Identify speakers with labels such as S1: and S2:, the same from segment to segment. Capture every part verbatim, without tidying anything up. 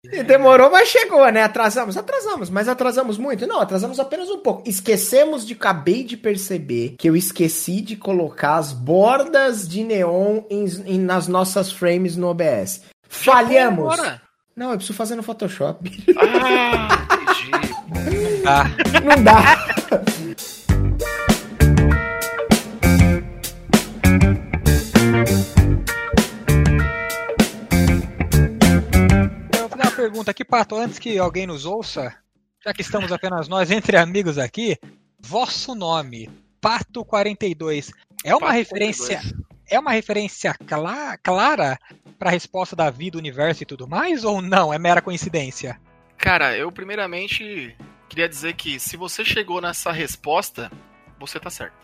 S1: Demorou, mas chegou, né? Atrasamos, atrasamos, mas atrasamos muito? Não, atrasamos apenas um pouco. Esquecemos de, acabei de perceber que eu esqueci de colocar as bordas de neon em, em, nas nossas frames no O B S. Falhamos. Não, eu preciso fazer no Photoshop.
S2: Ah, entendi.
S1: Ah. Não dá.
S3: Pergunta aqui, Pato, antes que alguém nos ouça, já que estamos apenas nós entre amigos aqui, vosso nome, Pato quarenta e dois, é uma Pato referência quarenta e dois. É uma referência clara, clara para a resposta da vida, universo e tudo mais, ou não? É mera coincidência?
S2: Cara, eu primeiramente queria dizer que se você chegou nessa resposta, você tá certo.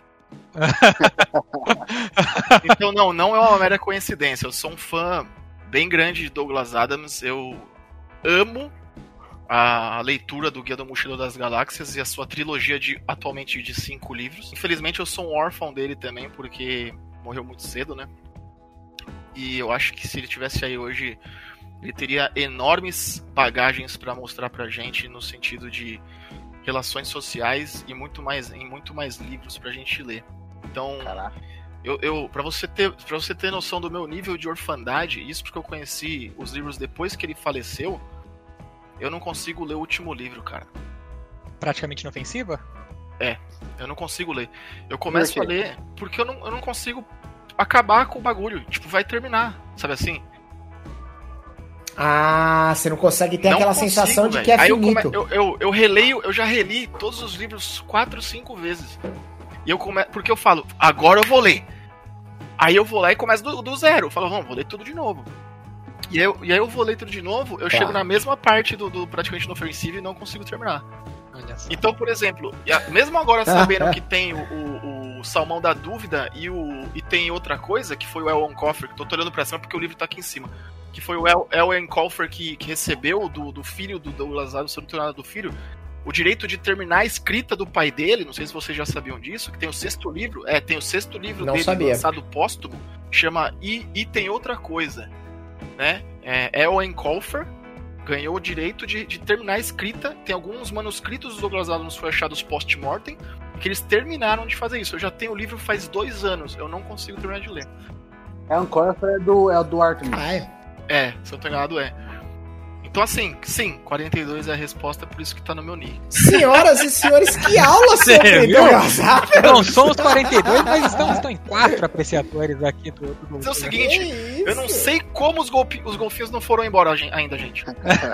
S2: Então não, não é uma mera coincidência. Eu sou um fã bem grande de Douglas Adams, eu amo a leitura do Guia do Mochileiro das Galáxias e a sua trilogia de, atualmente, de cinco livros. Infelizmente eu sou um órfão dele também, porque morreu muito cedo, né? E eu acho que se ele tivesse aí hoje, ele teria enormes bagagens para mostrar pra gente no sentido de relações sociais e muito mais, em muito mais livros pra gente ler. Então, eu, eu, pra, você ter, pra você ter noção do meu nível de orfandade, isso porque eu conheci os livros depois que ele faleceu, eu não consigo ler o último livro, cara.
S3: Praticamente inofensiva?
S2: É, eu não consigo ler. Eu começo a ler porque eu não, eu não consigo acabar com o bagulho. Tipo, vai terminar, sabe assim?
S1: Ah, você não consegue ter não aquela consigo, sensação de véio. que é
S2: Aí
S1: finito.
S2: Eu, come, eu, eu, eu releio, eu já reli todos os livros quatro, cinco vezes. E eu come, porque eu falo, agora eu vou ler. Aí eu vou lá e começo do, do zero. Eu falo, vamos, vou ler tudo de novo. E aí, eu, e aí eu vou ler tudo de novo, eu tá. chego na mesma parte do, do praticamente inofensivo e não consigo terminar. Então, por exemplo, mesmo agora sabendo que tem o, o, o Salmão da Dúvida e, o, e tem outra coisa, que foi o Elwyn Colfer, que tô olhando pra cima porque o livro tá aqui em cima, que foi o El, Elwyn Colfer que, que recebeu do, do filho do Douglas Adams, se eu não tenho nada do filho, o direito de terminar a escrita do pai dele, não sei se vocês já sabiam disso, que tem o sexto livro, é, tem o sexto livro
S1: não
S2: dele
S1: sabia.
S2: lançado póstumo, chama E, e Tem Outra Coisa, né? É, Elwyn Colfer ganhou o direito de, de terminar a escrita. Tem alguns manuscritos dos Douglas Adams foi achados post-mortem que eles terminaram de fazer isso. Eu já tenho o livro faz dois anos, eu não consigo terminar de ler.
S4: Elwyn Colfer é do, é do Arthur.
S1: Ah, é.
S2: É, se eu não tô enganado, é. Então assim, sim, quarenta e dois é a resposta, por isso que tá no meu nick.
S1: Senhoras e senhores, que aula sobre Douglas Adams!
S3: Não somos quarenta e dois, mas estamos, estão em quatro apreciadores aqui do, do, do
S2: Mas é o seguinte, eu não sei como os, golpe, os golfinhos não foram embora ainda, gente.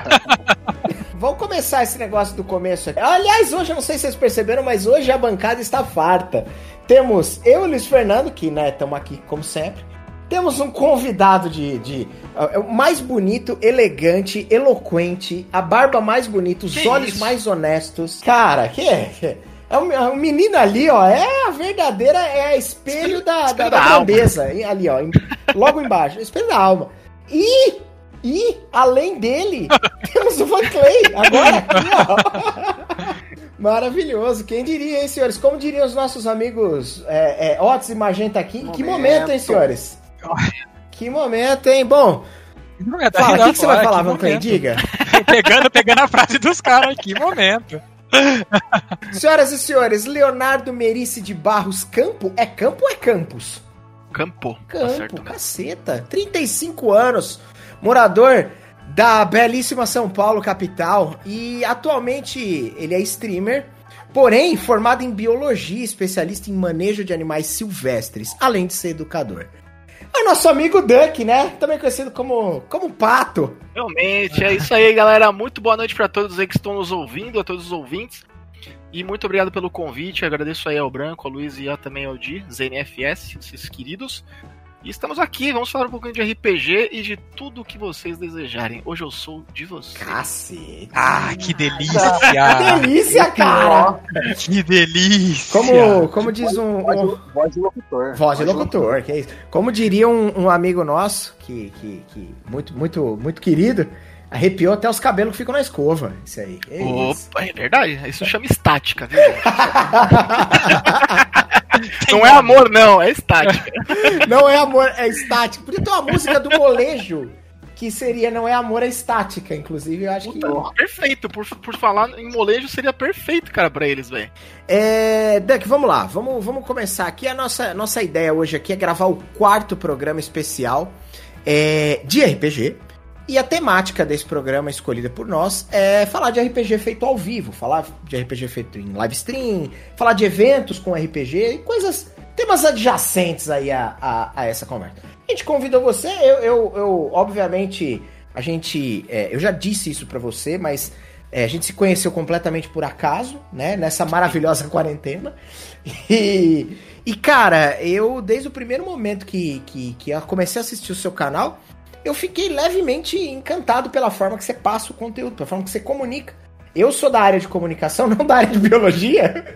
S1: Vamos começar esse negócio do começo aqui. Aliás, hoje, eu não sei se vocês perceberam, mas hoje a bancada está farta. Temos eu e o Luiz Fernando, que, né, estamos aqui como sempre. Temos um convidado de, de uh, mais bonito, elegante, eloquente, a barba mais bonita, os que olhos isso? mais honestos. Cara, que é? Que é? É um, é um menino ali, ó, é a verdadeira, é espelho, espelho da, espelho da, da, da grandeza. Ali, ó, em, logo embaixo, espelho da alma. E, e além dele, temos o Van Clay, agora aqui, ó. Maravilhoso, quem diria, hein, senhores? Como diriam os nossos amigos é, é, Otis e Magenta aqui, momento. Que momento, hein, senhores? Que momento, hein? Bom,
S3: é
S1: fala, o que, que você vai falar, Van Clay? Diga.
S3: pegando, pegando a frase dos caras, que momento.
S1: Senhoras e senhores, Leonardo Merice de Barros Campo, é Campo ou é Campos?
S2: Campo.
S1: Campo, tá certo, caceta. trinta e cinco anos, morador da belíssima São Paulo, capital, e atualmente ele é streamer, porém formado em biologia, especialista em manejo de animais silvestres, além de ser educador. É o nosso amigo Duck, né? Também conhecido como, como Pato.
S2: Realmente, é isso aí, galera. Muito boa noite para todos aí que estão nos ouvindo, a todos os ouvintes. E muito obrigado pelo convite. Agradeço aí ao Branco, ao Luiz e a, também ao Di, Z N F S, esses queridos. E estamos aqui, vamos falar um pouquinho de R P G e de tudo o que vocês desejarem. Hoje eu sou de vocês.
S1: Cacete.
S3: Ah, que delícia.
S1: Que delícia, cara.
S3: Que delícia.
S1: Como, como diz um... um...
S4: Voz de locutor.
S1: Voz de locutor, que é isso. Como diria um, um amigo nosso, que, que, que muito, muito, muito querido, arrepiou até os cabelos que ficam na escova. Isso aí. É
S2: Opa,
S1: isso.
S2: É verdade. Isso chama estática, viu? Não é amor, não, é estática.
S1: Não é amor, é estática. Podia ter uma música do molejo que seria, não é amor à estática, inclusive, eu acho
S2: Puta,
S1: que...
S2: Perfeito, por, por falar em molejo, seria perfeito, cara, pra eles, velho.
S1: É, Duck, vamos lá, vamos, vamos começar aqui. A nossa, nossa ideia hoje aqui é gravar o quarto programa especial é, de R P G. E a temática desse programa escolhida por nós é falar de R P G feito ao vivo, falar de R P G feito em live stream, falar de eventos com R P G e coisas, temas adjacentes aí a, a, a essa conversa. A gente convidou você, eu, eu, eu obviamente, a gente, é, eu já disse isso pra você, mas é, a gente se conheceu completamente por acaso, né, nessa maravilhosa quarentena. E, e cara, eu, desde o primeiro momento que, que, que eu comecei a assistir o seu canal, eu fiquei levemente encantado pela forma que você passa o conteúdo, pela forma que você comunica. Eu sou da área de comunicação, não da área de biologia.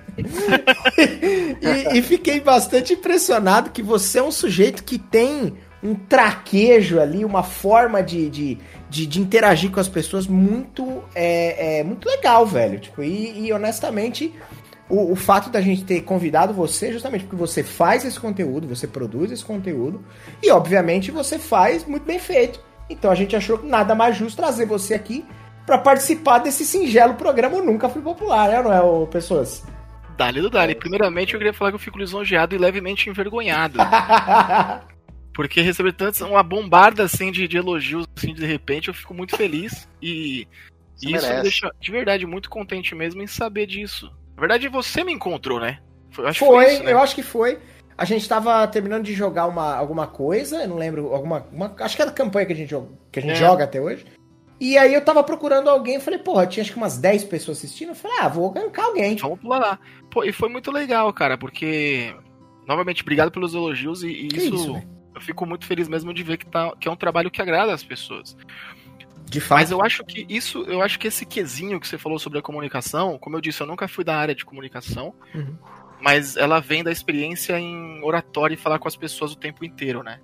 S1: e, e fiquei bastante impressionado que você é um sujeito que tem um traquejo ali, uma forma de, de, de, de interagir com as pessoas muito, é, é, muito legal, velho. Tipo, e, e honestamente... O, o fato da gente ter convidado você, justamente porque você faz esse conteúdo, você produz esse conteúdo, e obviamente você faz muito bem feito. Então a gente achou que nada mais justo trazer você aqui para participar desse singelo programa Eu Nunca Fui Popular, né, não é, ô, pessoas?
S2: Dali do Dali. Primeiramente eu queria falar que eu fico lisonjeado e levemente envergonhado. Porque receber tantos, uma bombarda assim de, de elogios assim de repente, eu fico muito feliz. E, e isso me deixa de verdade muito contente mesmo em saber disso. Na verdade, você me encontrou, né?
S1: Foi, acho foi, foi isso, né? Eu acho que foi. A gente tava terminando de jogar uma, alguma coisa, eu não lembro, alguma. Uma, acho que era a campanha que a gente, joga, que a gente é. joga até hoje. E aí eu tava procurando alguém, falei, porra, tinha acho que umas dez pessoas assistindo. Eu falei, ah, vou gankar alguém.
S2: Vamos pular lá. Pô, e foi muito legal, cara, porque. Novamente, obrigado pelos elogios e, e isso. isso eu fico muito feliz mesmo de ver que, tá, que é um trabalho que agrada as pessoas.
S1: De fato.
S2: Mas eu acho que isso, eu acho que esse quesinho que você falou sobre a comunicação, como eu disse, eu nunca fui da área de comunicação, uhum. mas ela vem da experiência em oratória e falar com as pessoas o tempo inteiro, né?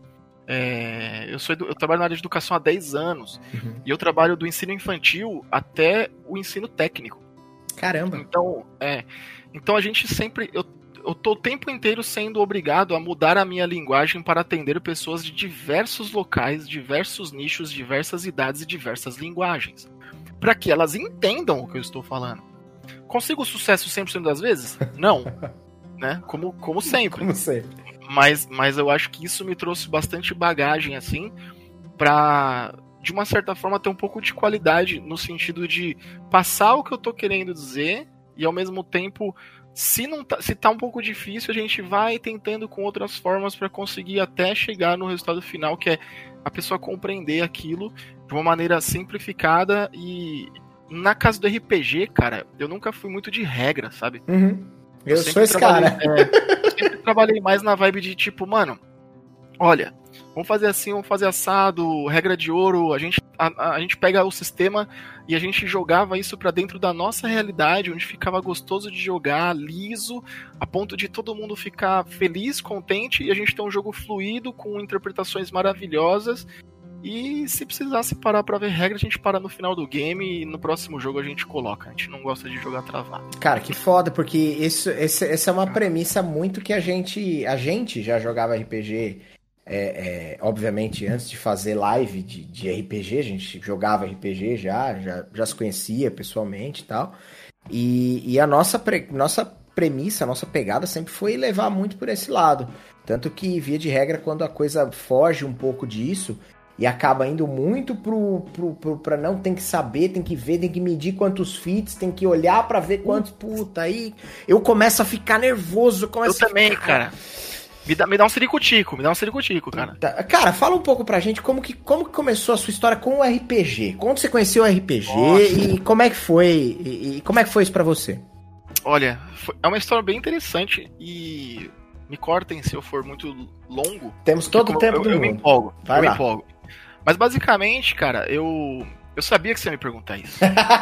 S2: É, eu, sou, eu trabalho na área de educação há dez anos, uhum. e eu trabalho do ensino infantil até o ensino técnico.
S1: Caramba!
S2: Então, é, então a gente sempre... Eu, eu tô o tempo inteiro sendo obrigado a mudar a minha linguagem para atender pessoas de diversos locais, diversos nichos, diversas idades e diversas linguagens. Para que elas entendam o que eu estou falando. Consigo sucesso cem por cento das vezes? Não. Né? Como, como sempre.
S1: Como sempre.
S2: Mas, mas eu acho que isso me trouxe bastante bagagem, assim, pra, de uma certa forma, ter um pouco de qualidade no sentido de passar o que eu tô querendo dizer e, ao mesmo tempo... Se, não tá, se tá um pouco difícil, a gente vai tentando com outras formas para conseguir até chegar no resultado final, que é a pessoa compreender aquilo de uma maneira simplificada. E na casa do R P G, cara, eu nunca fui muito de regra, sabe?
S1: Uhum. Eu, eu sou esse cara.
S2: É, eu sempre trabalhei mais na vibe de tipo, mano, olha, vamos fazer assim, vamos fazer assado, regra de ouro, a gente, a, a gente pega o sistema e a gente jogava isso pra dentro da nossa realidade, onde ficava gostoso de jogar, liso, a ponto de todo mundo ficar feliz, contente, e a gente ter um jogo fluido, com interpretações maravilhosas, e se precisasse parar pra ver regra, a gente para no final do game e no próximo jogo a gente coloca, a gente não gosta de jogar travado.
S1: Cara, que foda, porque isso, esse, essa é uma premissa muito que a gente, a gente já jogava R P G... É, é, obviamente, antes de fazer live de, de R P G, a gente jogava R P G já, já, já se conhecia pessoalmente e tal. E, e a nossa, pre, nossa premissa, a nossa pegada sempre foi levar muito por esse lado. Tanto que, via de regra, quando a coisa foge um pouco disso e acaba indo muito pro, pro, pro, pra não, tem que saber, tem que ver, tem que medir quantos feats, tem que olhar pra ver quantos, puta, aí eu começo a ficar nervoso. Eu, começo
S2: eu
S1: a
S2: também,
S1: ficar...
S2: cara. Me dá, me dá um ciricutico, me dá um ciricutico, cara.
S1: Cara, fala um pouco pra gente como que, como que começou a sua história com o R P G. Quando você conheceu o R P G Nossa. e como é que foi e, e como é que foi isso pra você?
S2: Olha, foi, é uma história bem interessante e me cortem se eu for muito longo.
S1: Temos todo o tempo
S2: eu,
S1: do
S2: eu,
S1: mundo.
S2: Eu me empolgo,
S1: Vai
S2: eu
S1: lá.
S2: me empolgo. Mas basicamente, cara, eu... Eu sabia que você ia me perguntar isso.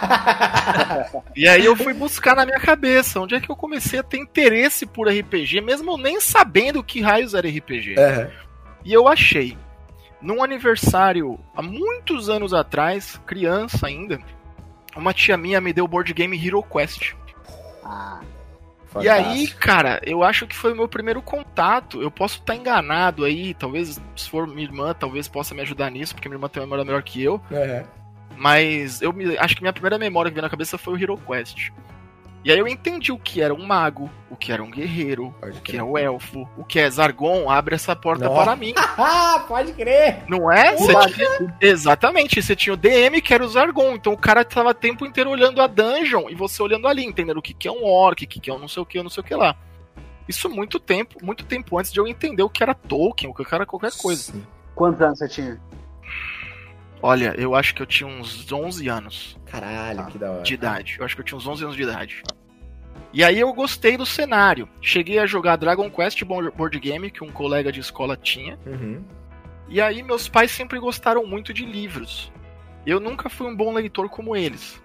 S2: E aí eu fui buscar na minha cabeça onde é que eu comecei a ter interesse por R P G, mesmo nem sabendo que raios era R P G.
S1: Uhum.
S2: E eu achei, num aniversário há muitos anos atrás, criança ainda, uma tia minha me deu o board game Hero Quest.
S4: Ah.
S2: E aí, cara, eu acho que foi o meu primeiro contato. Eu posso estar enganado aí, talvez, se for minha irmã, talvez possa me ajudar nisso, porque minha irmã tem uma memória melhor que eu.
S1: Uhum.
S2: Mas eu me, acho que minha primeira memória que veio na cabeça foi o Hero Quest. E aí eu entendi o que era um mago, o que era um guerreiro, Pode o que crer. é o elfo, o que é Zargon, abre essa porta Nossa. para mim.
S1: Pode crer!
S2: Não é? Você tinha... Exatamente, você tinha o D M que era o Zargon, então o cara tava o tempo inteiro olhando a dungeon e você olhando ali, entendendo o que, que é um orc, o que, que é um não sei o que, não sei o que lá. Isso muito tempo, muito tempo antes de eu entender o que era Tolkien, o que era qualquer coisa.
S4: Sim. Quantos anos você tinha?
S2: Olha, eu acho que eu tinha uns onze anos.
S1: Caralho, que da hora.
S2: De idade. Eu acho que eu tinha uns onze anos de idade. E aí eu gostei do cenário. Cheguei a jogar Dragon Quest Board Game, que um colega de escola tinha.
S1: Uhum.
S2: E aí meus pais sempre gostaram muito de livros. Eu nunca fui um bom leitor como eles.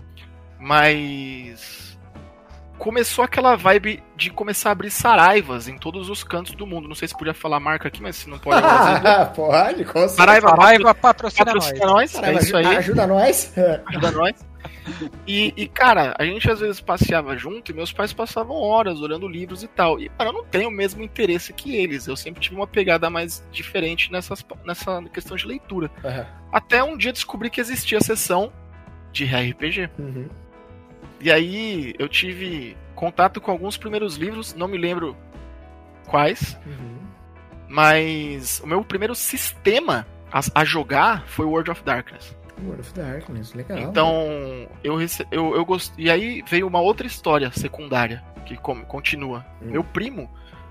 S2: Mas... começou aquela vibe de começar a abrir saraivas em todos os cantos do mundo. Não sei se podia falar marca aqui, mas se não pode...
S1: pode, com certeza.
S2: Saraiva,
S3: Saraiva patrocina,
S2: patrocina nós.
S1: Saraiva,
S2: é isso aí.
S1: Ajuda nós.
S2: Ajuda nós. E, e, cara, a gente às vezes passeava junto e meus pais passavam horas olhando livros e tal. E, cara, eu não tenho o mesmo interesse que eles. Eu sempre tive uma pegada mais diferente nessas, nessa questão de leitura.
S1: Uhum.
S2: Até um dia descobri que existia a sessão de R P G.
S1: Uhum.
S2: E aí eu tive contato com alguns primeiros livros, não me lembro quais,
S1: uhum.
S2: mas o meu primeiro sistema a, a jogar foi World of Darkness.
S1: World of Darkness, legal.
S2: Então, eu, rece... eu, eu gost... E aí veio uma outra história secundária, que com... continua. Hum. Meu primo,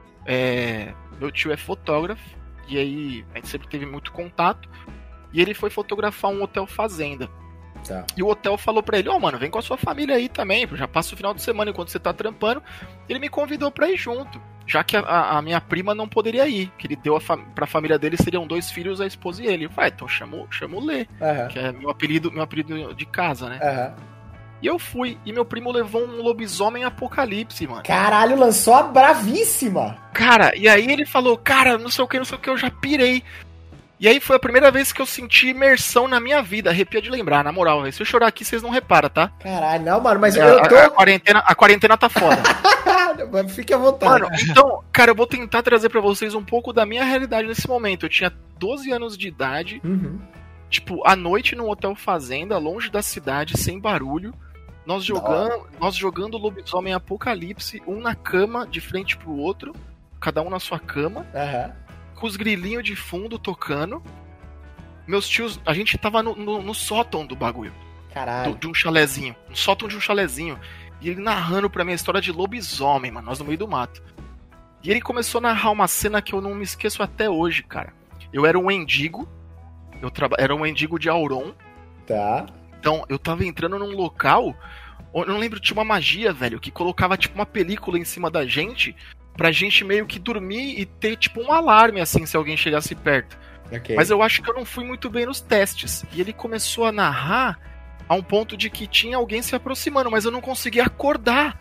S2: é... meu tio é fotógrafo, e aí a gente sempre teve muito contato, e ele foi fotografar um hotel fazenda.
S1: Tá.
S2: E o hotel falou pra ele, ó, oh, mano, vem com a sua família aí também, já passa o final de semana enquanto você tá trampando. Ele me convidou pra ir junto, já que a, a minha prima não poderia ir, que ele deu a fa- pra família dele, seriam dois filhos, a esposa e ele. Eu falei, ah, então chama, chama o Lê,
S1: uhum.
S2: que é meu apelido, meu apelido de casa, né?
S1: Uhum.
S2: E eu fui, e meu primo levou um lobisomem apocalipse, mano.
S1: Caralho, lançou a bravíssima!
S2: Cara, e aí ele falou, cara, não sei o que, não sei o que, eu já pirei. E aí foi a primeira vez que eu senti imersão na minha vida, arrepia de lembrar, na moral, véio. Se eu chorar aqui, vocês não reparam, tá?
S1: Caralho, não, mano, mas
S2: a,
S1: eu tô...
S2: A, a, quarentena, a quarentena tá foda.
S1: Fique à vontade.
S2: Mano, então, cara, eu vou tentar trazer pra vocês um pouco da minha realidade nesse momento. Eu tinha doze anos de idade,
S1: uhum.
S2: tipo, à noite num hotel fazenda, longe da cidade, sem barulho, nós jogando, nós jogando Lobisomem Apocalipse, um na cama, de frente pro outro, cada um na sua cama,
S1: uhum.
S2: com os grilinhos de fundo tocando. Meus tios, a gente tava no, no, no sótão do bagulho.
S1: Caralho.
S2: Do, de um chalezinho. No sótão de um chalezinho. E ele narrando pra mim a história de lobisomem, mano. Nós no meio do mato. E ele começou a narrar uma cena que eu não me esqueço até hoje, cara. Eu era um mendigo. Eu traba... Era um mendigo de Auron.
S1: Tá.
S2: Então, eu tava entrando num local... Eu não lembro, tinha uma magia, velho, que colocava tipo uma película em cima da gente... Pra gente meio que dormir e ter tipo um alarme, assim, se alguém chegasse perto.
S1: Okay.
S2: Mas eu acho que eu não fui muito bem nos testes. E ele começou a narrar a um ponto de que tinha alguém se aproximando, mas eu não conseguia acordar.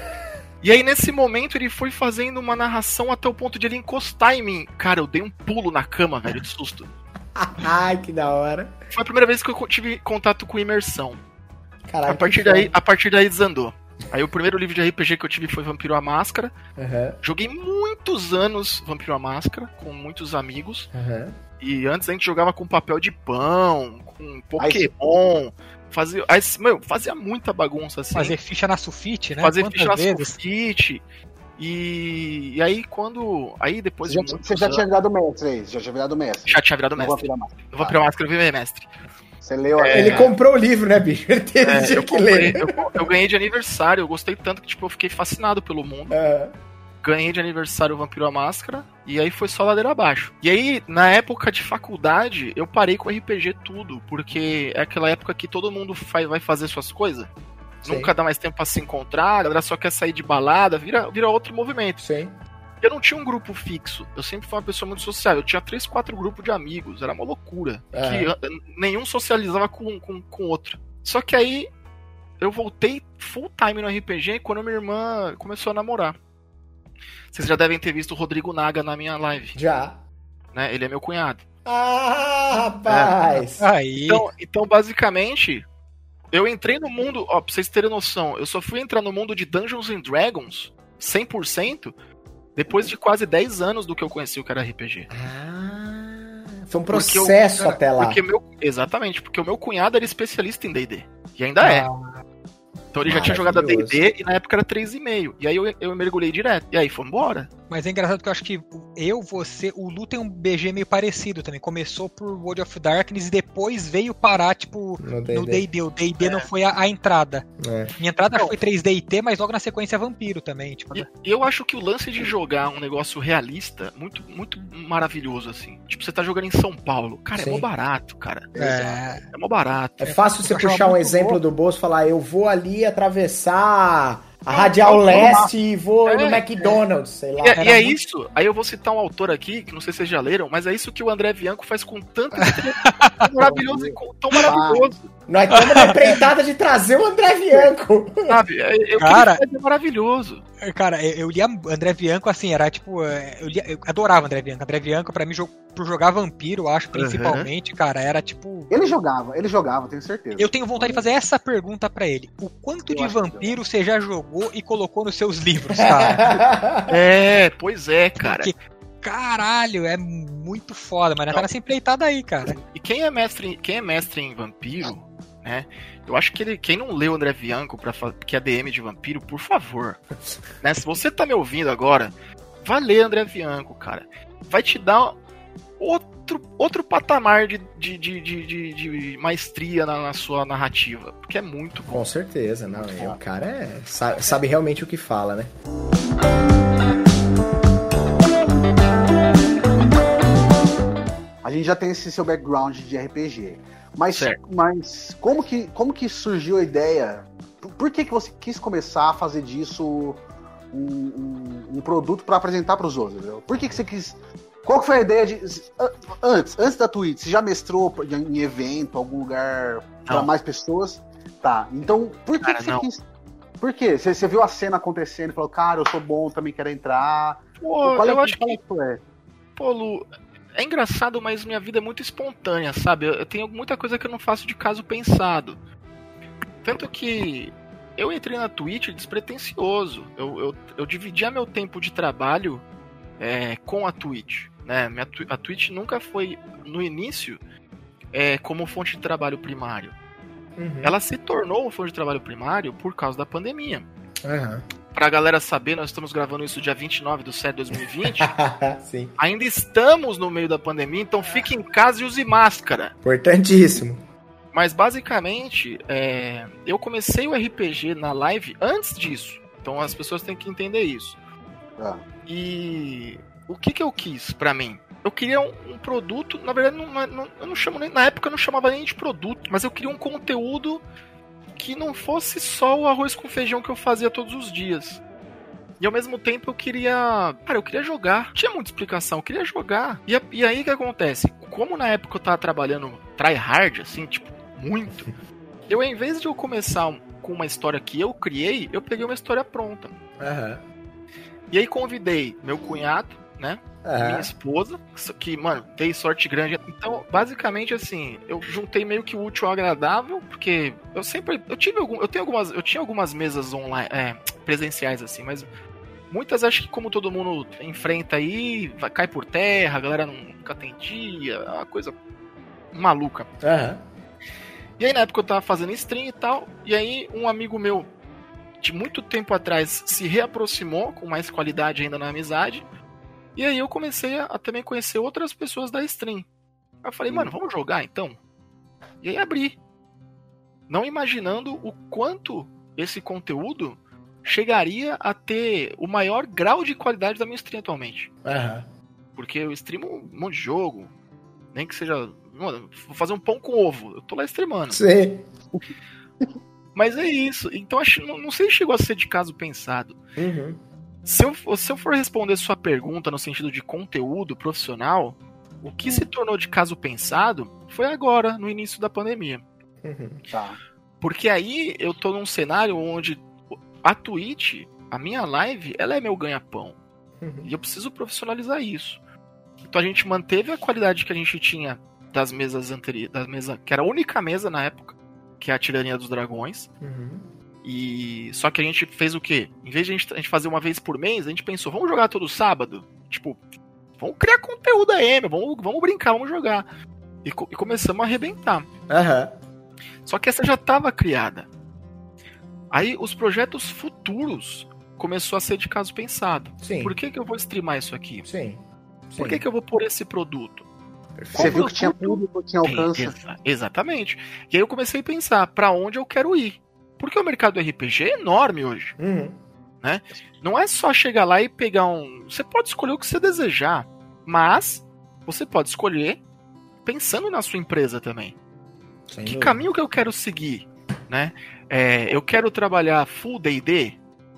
S2: E aí nesse momento ele foi fazendo uma narração até o ponto de ele encostar em mim. Cara, eu dei um pulo na cama, velho, de susto.
S1: Ai, que da hora.
S2: Foi a primeira vez que eu tive contato com imersão.
S1: Caralho,
S2: a partir daí, a partir daí desandou. Aí o primeiro livro de R P G que eu tive foi Vampiro à Máscara.
S1: Uhum.
S2: Joguei muitos anos Vampiro à Máscara, com muitos amigos.
S1: Uhum.
S2: E antes a gente jogava com papel de pão, com Pokémon. Fazia, aí, meu, fazia muita bagunça assim.
S3: Fazer ficha na sulfite, né?
S2: Fazer
S3: Quantas
S2: ficha
S3: vezes?
S2: na sulfite. E, e aí quando... Aí depois
S4: Você
S2: de
S4: já, você já tinha virado mestre aí? Já tinha virado mestre?
S2: Já tinha virado mestre. Eu vou pra Máscara, eu virei mestre.
S4: Você leu a...
S2: É...
S1: Ele comprou o livro, né, bicho? Ele teve
S2: é,
S1: que
S2: eu, comprei,
S1: ler.
S2: Eu, eu ganhei de aniversário, eu gostei tanto que tipo, eu fiquei fascinado pelo mundo.
S1: Uhum.
S2: Ganhei de aniversário o Vampiro à Máscara, e aí foi só ladeira abaixo. E aí, na época de faculdade, eu parei com R P G tudo, porque é aquela época que todo mundo vai, vai fazer suas coisas. Sim. Nunca dá mais tempo pra se encontrar, a galera só quer sair de balada, vira, vira outro movimento.
S1: Sim.
S2: Eu não tinha um grupo fixo, eu sempre fui uma pessoa muito social, eu tinha três, quatro grupos de amigos, era uma loucura.
S1: Uhum.
S2: Que nenhum socializava com o com, com outro. Só que aí, eu voltei full time no R P G quando minha irmã começou a namorar. Vocês já devem ter visto o Rodrigo Naga na minha live.
S1: Já.
S2: Né? Ele é meu cunhado.
S1: Ah, rapaz!
S3: É. Aí.
S2: Então, então, basicamente, eu entrei no mundo... Ó, pra vocês terem noção, eu só fui entrar no mundo de Dungeons and Dragons cem por cento depois de quase dez anos do que eu conheci o que era R P G.
S1: Ah, foi um processo
S2: eu,
S1: até lá.
S2: Porque meu, exatamente, porque o meu cunhado era especialista em D e D. E ainda é. Então ele já tinha jogado a D e D e na época era três e meio. E aí eu, eu mergulhei direto. E aí foi embora.
S3: Mas é engraçado que eu acho que eu, você, o Lu tem um B G meio parecido também. Começou por World of Darkness e depois veio parar, tipo, no D e D. O D e D é. não foi a, a entrada. É. Minha entrada não. foi três D e T, mas logo na sequência Vampiro também. Tipo,
S2: e, eu acho que o lance de jogar um negócio realista, muito, muito maravilhoso, assim. Tipo, você tá jogando em São Paulo. Cara, Sim. é mó barato, cara.
S3: É,
S2: é mó barato.
S1: É fácil você puxar um exemplo bom. do bolso e falar, eu vou ali atravessar... A Radial
S2: não,
S1: Leste e vou
S2: é,
S1: no McDonald's, sei lá.
S2: E, é, e é muito... isso, aí eu vou citar um autor aqui, que não sei se vocês já leram, mas é isso que o André Bianco faz com tanto maravilhoso e tão maravilhoso.
S1: Nós estamos na empreitada de trazer o André Bianco.
S2: Sabe, eu
S3: cara,
S2: é maravilhoso.
S3: Cara, eu lia André Bianco assim, era tipo, eu, lia, eu adorava André Bianco. André Bianco, pra mim, por jogar Vampiro, eu acho, principalmente, uhum. cara, era tipo...
S4: Ele jogava, ele jogava, tenho certeza.
S3: Eu tenho vontade de fazer essa pergunta pra ele. O quanto eu de Vampiro você já jogou e colocou nos seus livros, cara?
S2: É, pois é, cara.
S3: Porque, caralho, é muito foda, mas não tá nessa empreitada aí, cara.
S2: E quem é mestre, quem é mestre em Vampiro, né? Eu acho que ele, quem não leu André Bianco, pra, que é D M de Vampiro, por favor, né? Se você tá me ouvindo agora, vai ler André Bianco, cara. Vai te dar outro, outro patamar de, de, de, de, de maestria na, na sua narrativa, porque é muito bom.
S1: Com certeza, não. É, o cara é, sabe, sabe realmente o que fala, né?
S4: A gente já tem esse seu background de R P G. Mas, mas como, que, como que surgiu a ideia? Por que, que você quis começar a fazer disso um, um, um produto para apresentar para os outros? Entendeu? Por que, que você quis... Qual que foi a ideia de... Antes, antes da Twitch, você já mestrou em evento, algum lugar para mais pessoas? Tá, então por que, cara, que você não. quis... Por quê? Você, você viu a cena acontecendo e falou, cara, eu sou bom, também quero entrar.
S2: Pô, qual é,
S4: eu
S2: acho que... É? Pô, Lu... É engraçado, mas minha vida é muito espontânea, sabe? Eu tenho muita coisa que eu não faço de caso pensado. Tanto que eu entrei na Twitch despretensioso. Eu, eu, eu dividia meu tempo de trabalho é, com a Twitch, né? Minha, a Twitch nunca foi, no início, é, como fonte de trabalho primário. Uhum. Ela se tornou fonte de trabalho primário por causa da pandemia.
S1: Uhum.
S2: Pra galera saber, nós estamos gravando isso dia vinte e nove de setembro de dois mil e vinte.
S1: Sim.
S2: Ainda estamos no meio da pandemia, então fique em casa e use máscara.
S1: Importantíssimo.
S2: Mas basicamente, é, eu comecei o R P G na live antes disso. Então as pessoas têm que entender isso. Ah. E o que, que eu quis pra mim? Eu queria um, um produto, na verdade, não, não, eu não chamo nem, na época eu não chamava nem de produto, mas eu queria um conteúdo que não fosse só o arroz com feijão que eu fazia todos os dias. E ao mesmo tempo eu queria... Cara, eu queria jogar. Não tinha muita explicação, eu queria jogar. E, e aí o que acontece? Como na época eu tava trabalhando try hard, assim, tipo, muito, eu, em vez de eu começar com uma história que eu criei, eu peguei uma história pronta.
S1: Uhum.
S2: E aí convidei meu cunhado, né? Uhum. Minha esposa, que, mano, tem sorte grande. Então, basicamente, assim, eu juntei meio que o útil ao agradável, porque eu sempre, eu tive algum, eu tenho algumas, eu tinha algumas mesas online, é, presenciais, assim, mas muitas acho que como todo mundo enfrenta aí, vai, cai por terra, a galera nunca tem dia, é uma coisa maluca.
S1: Uhum.
S2: E aí, na época eu tava fazendo stream e tal, e aí um amigo meu, de muito tempo atrás, se reaproximou com mais qualidade ainda na amizade. E aí eu comecei a, a também conhecer outras pessoas da stream. Aí eu falei, mano, vamos jogar então? E aí abri. Não imaginando o quanto esse conteúdo chegaria a ter o maior grau de qualidade da minha stream atualmente.
S1: Uhum.
S2: Porque eu streamo um monte de jogo, nem que seja... Mano, vou fazer um pão com ovo. Eu tô lá streamando.
S1: Sim.
S2: Mas é isso. Então acho, não, não sei se chegou a ser de caso pensado.
S1: Uhum.
S2: Se eu, se eu for responder sua pergunta no sentido de conteúdo profissional, o que uhum. se tornou de caso pensado foi agora, no início da pandemia.
S1: Uhum.
S4: Tá.
S2: Porque aí eu tô num cenário onde a Twitch, a minha live, ela é meu ganha-pão. Uhum. E eu preciso profissionalizar isso. Então a gente manteve a qualidade que a gente tinha das mesas anteriores, das mesas, que era a única mesa na época, que é a Tirania dos Dragões.
S1: Uhum.
S2: E só que a gente fez o quê? Em vez de a gente, a gente fazer uma vez por mês, a gente pensou, vamos jogar todo sábado? Tipo, vamos criar conteúdo aí, meu, vamos, vamos brincar, vamos jogar. E, co- e começamos a arrebentar.
S1: Aham.
S2: Só que essa já estava criada. Aí os projetos futuros começou a ser de caso pensado.
S1: Sim.
S2: Por que, que eu vou streamar isso aqui?
S1: Sim. Sim.
S2: Por que, que eu vou pôr esse produto?
S4: Você viu que tinha
S2: produto
S4: público, tinha alcance.
S2: Exa- exatamente. E aí eu comecei a pensar, pra onde eu quero ir? Porque o mercado do R P G é enorme hoje.
S1: Uhum.
S2: Não é só chegar lá e pegar um... Você pode escolher o que você desejar, mas você pode escolher pensando na sua empresa também.
S1: Sem
S2: Que
S1: dúvida.
S2: caminho que eu quero seguir, né? É, eu quero trabalhar full D e D?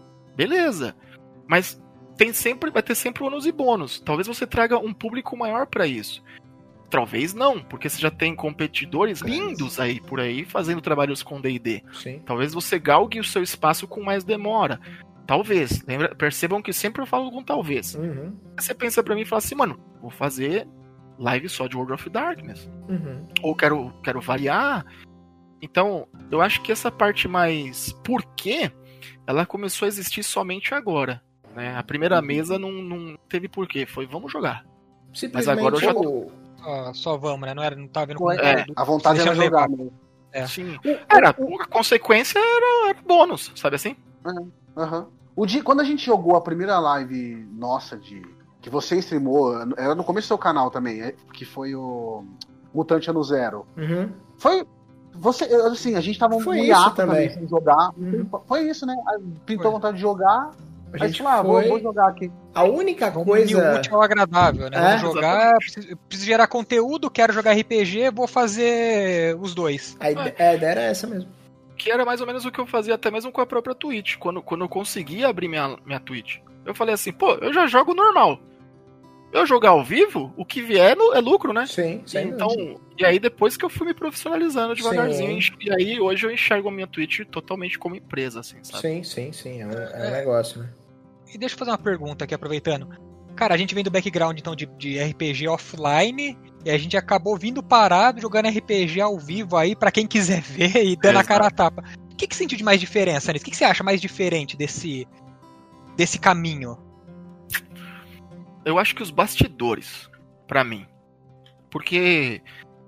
S2: Beleza. Mas tem sempre, vai ter sempre ônus e bônus. Talvez você traga um público maior pra isso. Talvez não, porque você já tem competidores lindos aí por aí fazendo trabalhos com D e D.
S1: Sim.
S2: Talvez você galgue o seu espaço com mais demora. Talvez. Lembra, percebam que sempre eu falo com talvez.
S1: Uhum.
S2: Você pensa pra mim e fala assim, mano, vou fazer live só de World of Darkness.
S1: Uhum.
S2: Ou quero, quero variar. Então, eu acho que essa parte mais porquê, ela começou a existir somente agora. Né? A primeira mesa não, não teve porquê. Foi, vamos jogar.
S1: Simplesmente
S2: Mas agora eu já
S1: o-
S3: Só, só vamos, né? Não, era, não tava vendo
S4: Ué,
S3: conteúdo.
S4: A vontade era
S3: Deixa eu
S4: jogar
S3: levar.
S4: mesmo.
S3: É.
S2: Sim. Era, a consequência era, era bônus, sabe assim?
S4: Aham. O dia, quando a gente jogou a primeira live nossa de que você streamou, era no começo do seu canal também, é, que foi o Mutante Ano Zero.
S1: Uhum.
S4: Foi você, assim, a gente tava
S1: Foi
S4: no
S1: isso
S4: hiato
S1: também.
S4: também sem jogar.
S1: Uhum.
S4: Foi isso, né? Aí pintou
S3: Foi.
S4: vontade de jogar.
S1: A
S4: Aí
S1: gente
S4: falou, ah, vou,
S1: foi...
S4: vou jogar aqui.
S1: A única
S3: Vamos unir o
S1: coisa...
S3: útil ao agradável, né?
S1: É,
S3: Vamos jogar, preciso, preciso gerar conteúdo, quero jogar R P G, vou fazer os dois.
S1: A ide- a ideia era essa mesmo.
S2: Que era mais ou menos o que eu fazia até mesmo com a própria Twitch. Quando, quando eu conseguia abrir minha, minha Twitch. Eu falei assim, pô, eu já jogo normal. Eu jogar ao vivo, o que vier é lucro, né?
S1: Sim, sem
S2: Então,
S1: dúvida.
S2: e aí depois que eu fui me profissionalizando devagarzinho,
S1: Sim.
S2: e aí hoje eu enxergo a minha Twitch totalmente como empresa, assim, sabe?
S1: Sim, sim, sim. É um, é um negócio, né?
S3: E deixa eu fazer uma pergunta aqui, aproveitando. Cara, a gente vem do background, então, de, de R P G offline, e a gente acabou vindo parado, jogando R P G ao vivo aí, pra quem quiser ver, e dando a
S2: Exato.
S3: cara a tapa. O que, que sentiu de mais diferença nisso? O que, que você acha mais diferente desse, desse caminho?
S2: Eu acho que os bastidores, pra mim. Porque,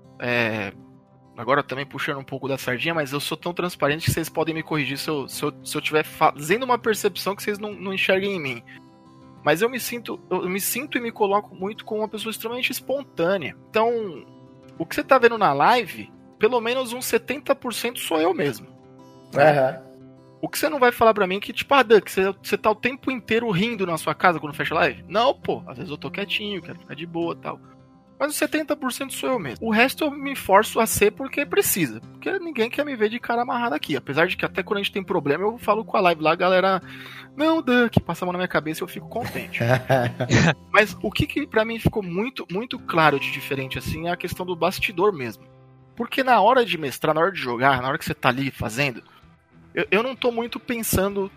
S2: é, agora também puxando um pouco da sardinha, mas eu sou tão transparente que vocês podem me corrigir se eu, se eu, se eu tiver fazendo uma percepção que vocês não, não enxerguem em mim. Mas eu me sinto, eu me sinto e me coloco muito como uma pessoa extremamente espontânea. Então, o que você tá vendo na live, pelo menos uns setenta por cento sou eu mesmo.
S1: Aham.
S2: O que você não vai falar pra mim é que, tipo, ah, Dan, que você, você tá o tempo inteiro rindo na sua casa quando fecha a live? Não, pô. Às vezes eu tô quietinho, quero ficar de boa e tal. Mas os setenta por cento sou eu mesmo. O resto eu me forço a ser porque precisa. Porque ninguém quer me ver de cara amarrado aqui. Apesar de que até quando a gente tem problema, eu falo com a live lá, a galera... Não, Dan, que passa a mão na minha cabeça e eu fico contente. Mas o que, que pra mim ficou muito, muito claro de diferente, assim, é a questão do bastidor mesmo. Porque na hora de mestrar, na hora de jogar, na hora que você tá ali fazendo... Eu, eu não tô muito pensando,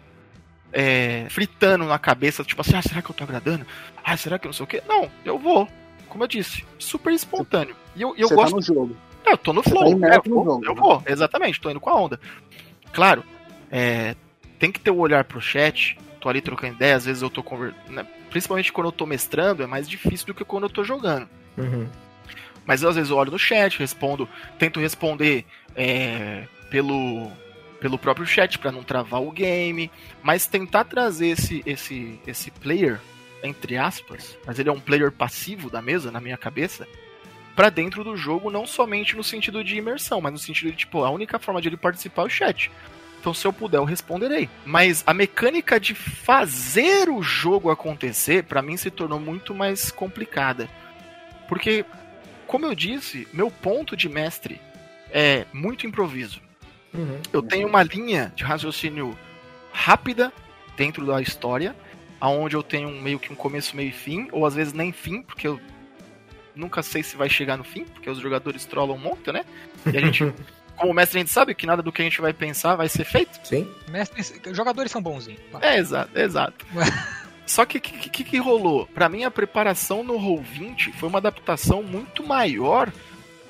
S2: é, fritando na cabeça, tipo assim, ah, será que eu tô agradando? Ah, será que eu não sei o quê? Não, eu vou, como eu disse, super espontâneo. E eu, eu
S4: Você
S2: gosto.
S4: tá no jogo.
S2: Eu tô no
S4: Você
S2: flow,
S4: tá imerso
S2: eu,
S4: no
S2: vou,
S4: jogo,
S2: eu
S4: né?
S2: vou, exatamente, tô indo com a onda. Claro, é, tem que ter o olhar pro chat, tô ali trocando ideia, às vezes eu tô conversando, né, principalmente quando eu tô mestrando, é mais difícil do que quando eu tô jogando.
S1: Uhum.
S2: Mas às vezes eu olho no chat, respondo, tento responder é, pelo, pelo próprio chat pra não travar o game, mas tentar trazer esse, esse, esse player, entre aspas, mas ele é um player passivo da mesa, na minha cabeça, pra dentro do jogo, não somente no sentido de imersão, mas no sentido de, tipo, a única forma de ele participar é o chat. Então, se eu puder, eu responderei. Mas a mecânica de fazer o jogo acontecer, pra mim, se tornou muito mais complicada. Porque, como eu disse, meu ponto de mestre é muito improviso.
S1: Uhum.
S2: Eu tenho uma linha de raciocínio rápida dentro da história, aonde eu tenho um, meio que um começo, meio e fim, ou às vezes nem fim, porque eu nunca sei se vai chegar no fim, porque os jogadores trollam muito, né? E a gente, como mestre, a gente sabe que nada do que a gente vai pensar vai ser feito.
S1: Sim.
S3: Mestres, jogadores são bonzinhos.
S2: É, exato, exato. Só que o que, que, que rolou? Pra mim, a preparação no Roll vinte foi uma adaptação muito maior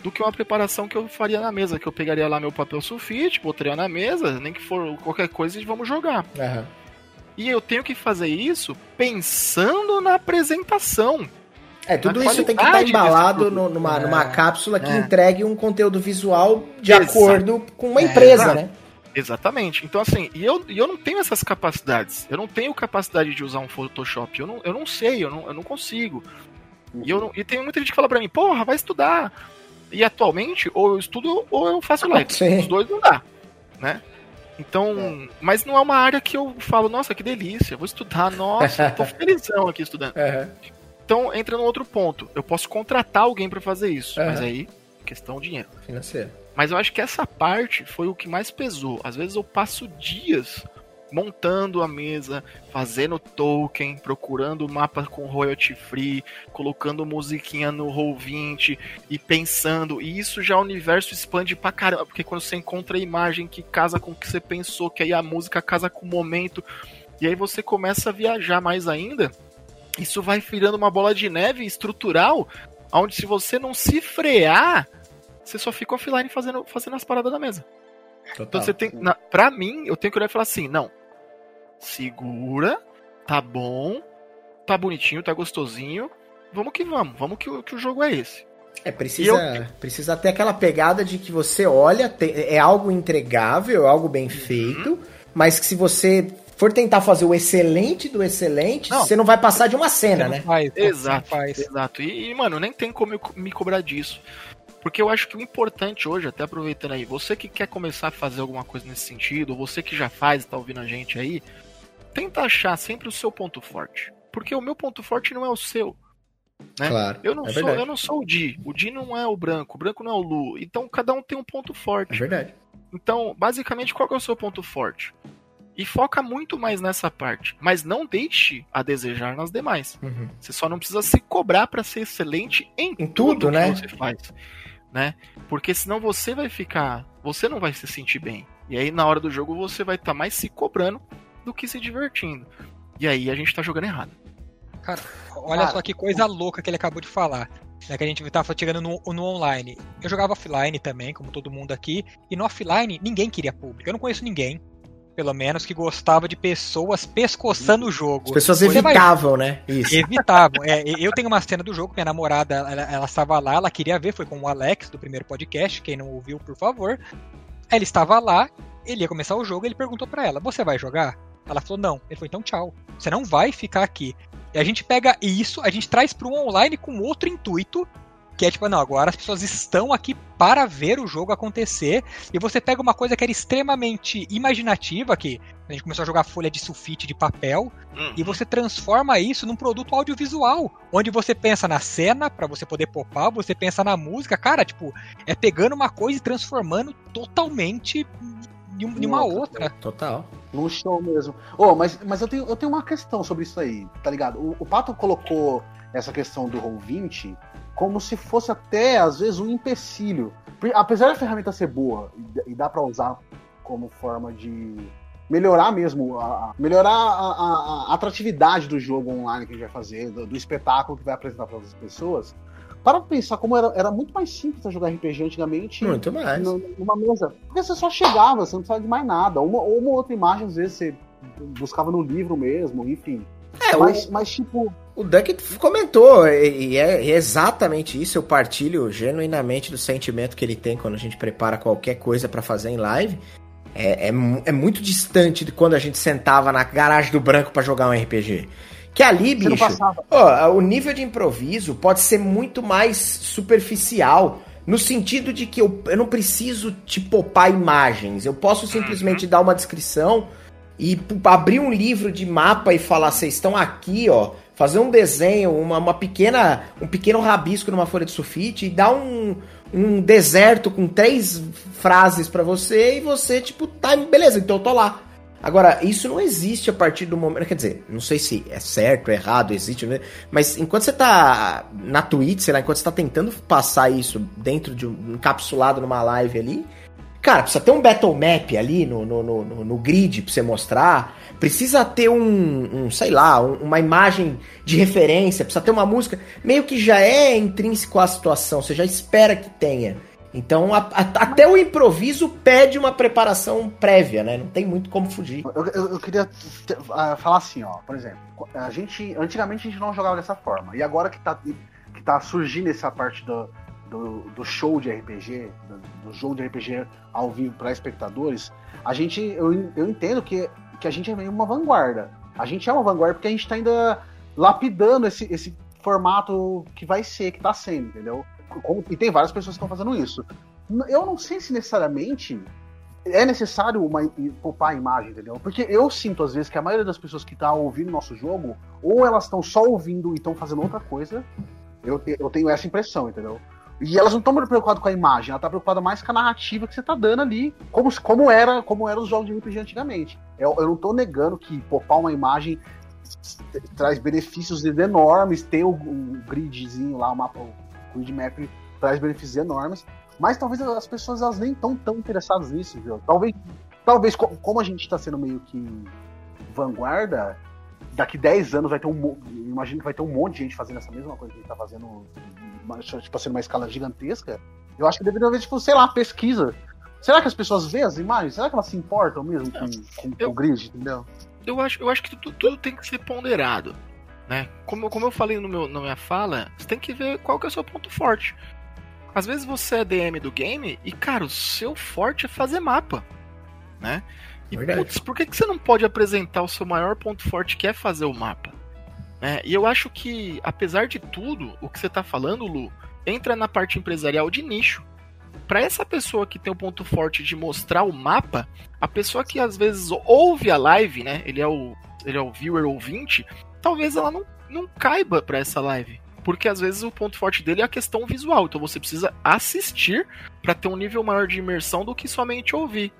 S2: do que uma preparação que eu faria na mesa, que eu pegaria lá meu papel sulfite, botaria na mesa, nem que for qualquer coisa e vamos jogar.
S1: Uhum.
S2: E eu tenho que fazer isso pensando na apresentação.
S1: É, tudo isso tem que estar embalado no, numa, é, numa cápsula que é. entregue um conteúdo visual de Exato. acordo com uma empresa, é, né?
S2: Exatamente. Então, assim, e eu, e eu não tenho essas capacidades. Eu não tenho capacidade de usar um Photoshop. Eu não, eu não sei, eu não, eu não consigo. E, eu não, e tem muita gente que fala pra mim, porra, vai estudar. E atualmente, ou eu estudo ou eu faço live. Sim. Os dois não dá, né? Então, é. mas não é uma área que eu falo, nossa, que delícia, vou estudar, nossa, eu tô felizão aqui estudando. Uhum. Então, entra no outro ponto. Eu posso contratar alguém pra fazer isso, uhum. mas aí, questão de dinheiro.
S1: Financeiro.
S2: Mas eu acho que essa parte foi o que mais pesou. Às vezes eu passo dias montando a mesa, fazendo token, procurando mapa com royalty free, colocando musiquinha no roll vinte e pensando, e isso já o universo expande pra caramba, porque quando você encontra a imagem que casa com o que você pensou, que aí a música casa com o momento, e aí você começa a viajar mais ainda, isso vai virando uma bola de neve estrutural, onde se você não se frear, você só fica offline fazendo, fazendo as paradas na mesa. Total. Então você tem, na, pra mim, eu tenho que olhar e falar assim, não, segura, tá bom, tá bonitinho, tá gostosinho, vamos que vamos, vamos que, que o jogo é esse.
S1: É, precisa, eu... precisa ter aquela pegada de que você olha, tem, é algo entregável, é algo bem feito, uhum. mas que se você for tentar fazer o excelente do excelente, não, você não vai passar de uma cena, né?
S2: Faz, exato, faz. exato. E, e, mano, nem tem como eu me cobrar disso. Porque eu acho que o importante hoje, até aproveitando aí, você que quer começar a fazer alguma coisa nesse sentido, ou você que já faz e tá ouvindo a gente aí, tenta achar sempre o seu ponto forte. Porque o meu ponto forte não é o seu. Né?
S1: Claro,
S2: eu, não
S1: é
S2: sou, eu não sou o Di. O Di não é o branco. O branco não é o Lu. Então cada um tem um ponto forte.
S1: É verdade.
S2: Então, basicamente, qual que é o seu ponto forte? E foca muito mais nessa parte. Mas não deixe a desejar nas demais. Uhum. Você só não precisa se cobrar para ser excelente em, em tudo, tudo né? que você faz. Né? Porque senão você vai ficar... Você não vai se sentir bem. E aí na hora do jogo você vai estar tá mais se cobrando do que se divertindo. E aí a gente tá jogando errado.
S3: Cara, olha Cara, só que coisa louca que ele acabou de falar. Né, que a gente tava chegando no, no online. Eu jogava offline também, como todo mundo aqui. E no offline ninguém queria público. Eu não conheço ninguém, pelo menos, que gostava de pessoas pescoçando o jogo.
S1: As pessoas Você evitavam, vai... né?
S3: Isso. Evitavam. É, eu tenho uma cena do jogo, minha namorada, ela, ela estava lá, ela queria ver, foi com o Alex, do primeiro podcast, quem não ouviu, por favor. Ela estava lá, ele ia começar o jogo, ele perguntou pra ela, você vai jogar? Ela falou, não. Ele falou, então tchau. Você não vai ficar aqui. E a gente pega isso, a gente traz pro online com outro intuito, que é tipo, não, agora as pessoas estão aqui para ver o jogo acontecer, e você pega uma coisa que era extremamente imaginativa, que a gente começou a jogar folha de sulfite de papel, uhum. e você transforma isso num produto audiovisual, onde você pensa na cena, para você poder popar, você pensa na música, cara, tipo, é pegando uma coisa e transformando totalmente em uma outra.
S1: Total.
S4: No show mesmo. Oh, mas mas eu, tenho, eu tenho uma questão sobre isso aí, tá ligado? O, o Pato colocou essa questão do roll vinte como se fosse até, às vezes, um empecilho. Apesar da ferramenta ser boa e dá pra usar como forma de melhorar mesmo, a, melhorar a, a, a atratividade do jogo online que a gente vai fazer, do, do espetáculo que vai apresentar para as pessoas, para pensar como era, era muito mais simples jogar R P G antigamente.
S1: Muito mais.
S4: Numa mesa. Porque você só chegava, você não precisava de mais nada. Uma, ou uma outra imagem, às vezes, você buscava no livro mesmo, enfim.
S1: É, mas, o, mas tipo... O Duck comentou, e é exatamente isso, eu partilho genuinamente do sentimento que ele tem quando a gente prepara qualquer coisa pra fazer em live. É, é, é muito distante de quando a gente sentava na garagem do branco pra jogar um R P G. Que ali, bicho, ó, o nível de improviso pode ser muito mais superficial, no sentido de que eu, eu não preciso te popar imagens, eu posso simplesmente dar uma descrição e abrir um livro de mapa e falar, vocês estão aqui, ó, fazer um desenho, uma, uma pequena, um pequeno rabisco numa folha de sulfite e dar um, um deserto com três frases pra você e você, tipo, tá, beleza, então eu tô lá. Agora, isso não existe a partir do momento... Quer dizer, não sei se é certo, é errado, existe... Mas enquanto você tá na Twitch, sei lá, enquanto você tá tentando passar isso dentro de um... encapsulado numa live ali, Cara, precisa ter um battle map ali no, no, no, no grid pra você mostrar. Precisa ter um, um sei lá, um, uma imagem de referência. Precisa ter uma música. Meio que já é intrínseco à situação. Você já espera que tenha. Então, a, a, até o improviso pede uma preparação prévia, né? Não tem muito como fugir.
S4: Eu, eu, eu queria te, uh, falar assim, ó. Por exemplo, a gente, antigamente a gente não jogava dessa forma. E agora que tá, que tá surgindo essa parte do... Do, do show de R P G, do, do jogo de R P G ao vivo para espectadores, a gente, eu, eu entendo que, que a gente é meio uma vanguarda. A gente é uma vanguarda porque a gente tá ainda lapidando esse, esse formato que vai ser, que tá sendo, entendeu? Como, e tem várias pessoas que estão fazendo isso. Eu não sei se necessariamente é necessário uma, poupar a imagem, entendeu? Porque eu sinto às vezes que a maioria das pessoas que tá ouvindo nosso jogo, ou elas estão só ouvindo e estão fazendo outra coisa, eu, eu tenho essa impressão, entendeu? E elas não estão preocupadas com a imagem, ela está preocupada mais com a narrativa que você está dando ali, como, como era como eram os jogos de R P G antigamente. Eu, eu não estou negando que poupar uma imagem traz benefícios enormes, ter o, o gridzinho lá, o mapa, o grid map traz benefícios enormes, mas talvez as pessoas elas nem estão tão interessadas nisso, viu? Talvez, talvez como a gente está sendo meio que vanguarda, daqui dez anos vai ter um, imagino que vai ter um monte de gente fazendo essa mesma coisa que a gente tá fazendo, tipo assim, numa escala gigantesca. Eu acho que deveria haver, tipo, sei lá, pesquisa. Será que as pessoas veem as imagens? Será que elas se importam mesmo com, com, eu, com o grid, entendeu?
S2: Eu acho, eu acho que tudo, tudo tem que ser ponderado, né? Como, como eu falei no meu, na minha fala, você tem que ver qual que é o seu ponto forte. Às vezes você é D M do game e, cara, o seu forte é fazer mapa, né? E, putz, por que, que você não pode apresentar o seu maior ponto forte, que é fazer o mapa? É, e eu acho que, apesar de tudo, o que você tá falando, Lu, entra na parte empresarial de nicho. Para essa pessoa que tem o ponto forte de mostrar o mapa, a pessoa que às vezes ouve a live, né? Ele é o, ele é o viewer ouvinte, talvez ela não, não caiba para essa live. Porque às vezes o ponto forte dele é a questão visual. Então você precisa assistir para ter um nível maior de imersão do que somente ouvir.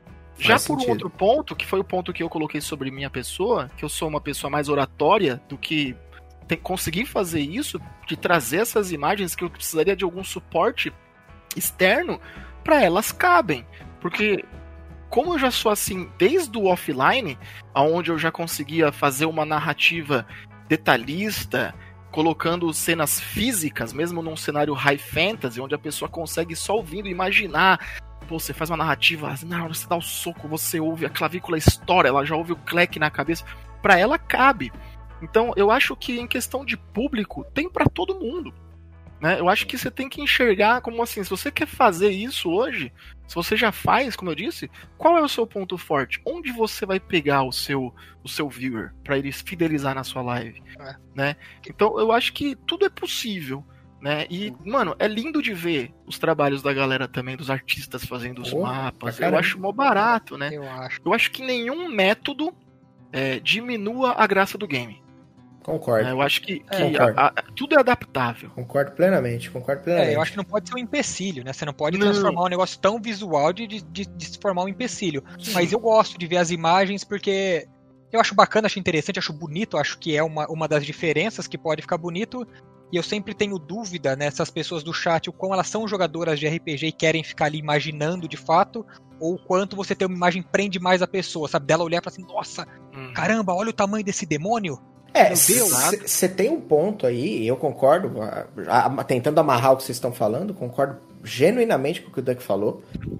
S2: Já por um outro ponto, que foi o ponto que eu coloquei sobre minha pessoa, que eu sou uma pessoa mais oratória do que tem, conseguir fazer isso, de trazer essas imagens que eu precisaria de algum suporte externo, para elas cabem. Porque como eu já sou assim desde o offline, onde eu já conseguia fazer uma narrativa detalhista, colocando cenas físicas, mesmo num cenário high fantasy, onde a pessoa consegue só ouvindo imaginar. Pô, você faz uma narrativa, na hora você dá o soco, você ouve a clavícula estoura, ela já ouve o cleque na cabeça. Pra ela cabe. Então, eu acho que em questão de público, tem pra todo mundo. Né? Eu acho que você tem que enxergar como assim, se você quer fazer isso hoje, se você já faz, como eu disse, qual é o seu ponto forte? Onde você vai pegar o seu, o seu viewer pra ele fidelizar na sua live? É. Né? Então, eu acho que tudo é possível. Né? E, mano, é lindo de ver os trabalhos da galera também, dos artistas fazendo os oh, mapas. Eu acho mó barato, né? Eu acho. Eu acho que nenhum método é, diminua a graça do game.
S1: Concordo.
S2: É, eu acho que, que é, a, a, tudo é adaptável.
S1: Concordo plenamente, concordo plenamente.
S3: É, eu acho que não pode ser um empecilho, né? Você não pode não. transformar um negócio tão visual de, de, de, de se formar um empecilho. Sim. Mas eu gosto de ver as imagens porque eu acho bacana, acho interessante, acho bonito, acho que é uma, uma das diferenças que pode ficar bonito. E eu sempre tenho dúvida nessas pessoas do chat, o quão elas são jogadoras de R P G e querem ficar ali imaginando de fato, ou o quanto você ter uma imagem prende mais a pessoa, sabe? Dela olhar e falar assim, nossa, hum. caramba, olha o tamanho desse demônio.
S1: É, você tem um ponto aí, eu concordo, a, a, tentando amarrar o que vocês estão falando, concordo genuinamente com o que o Duck falou.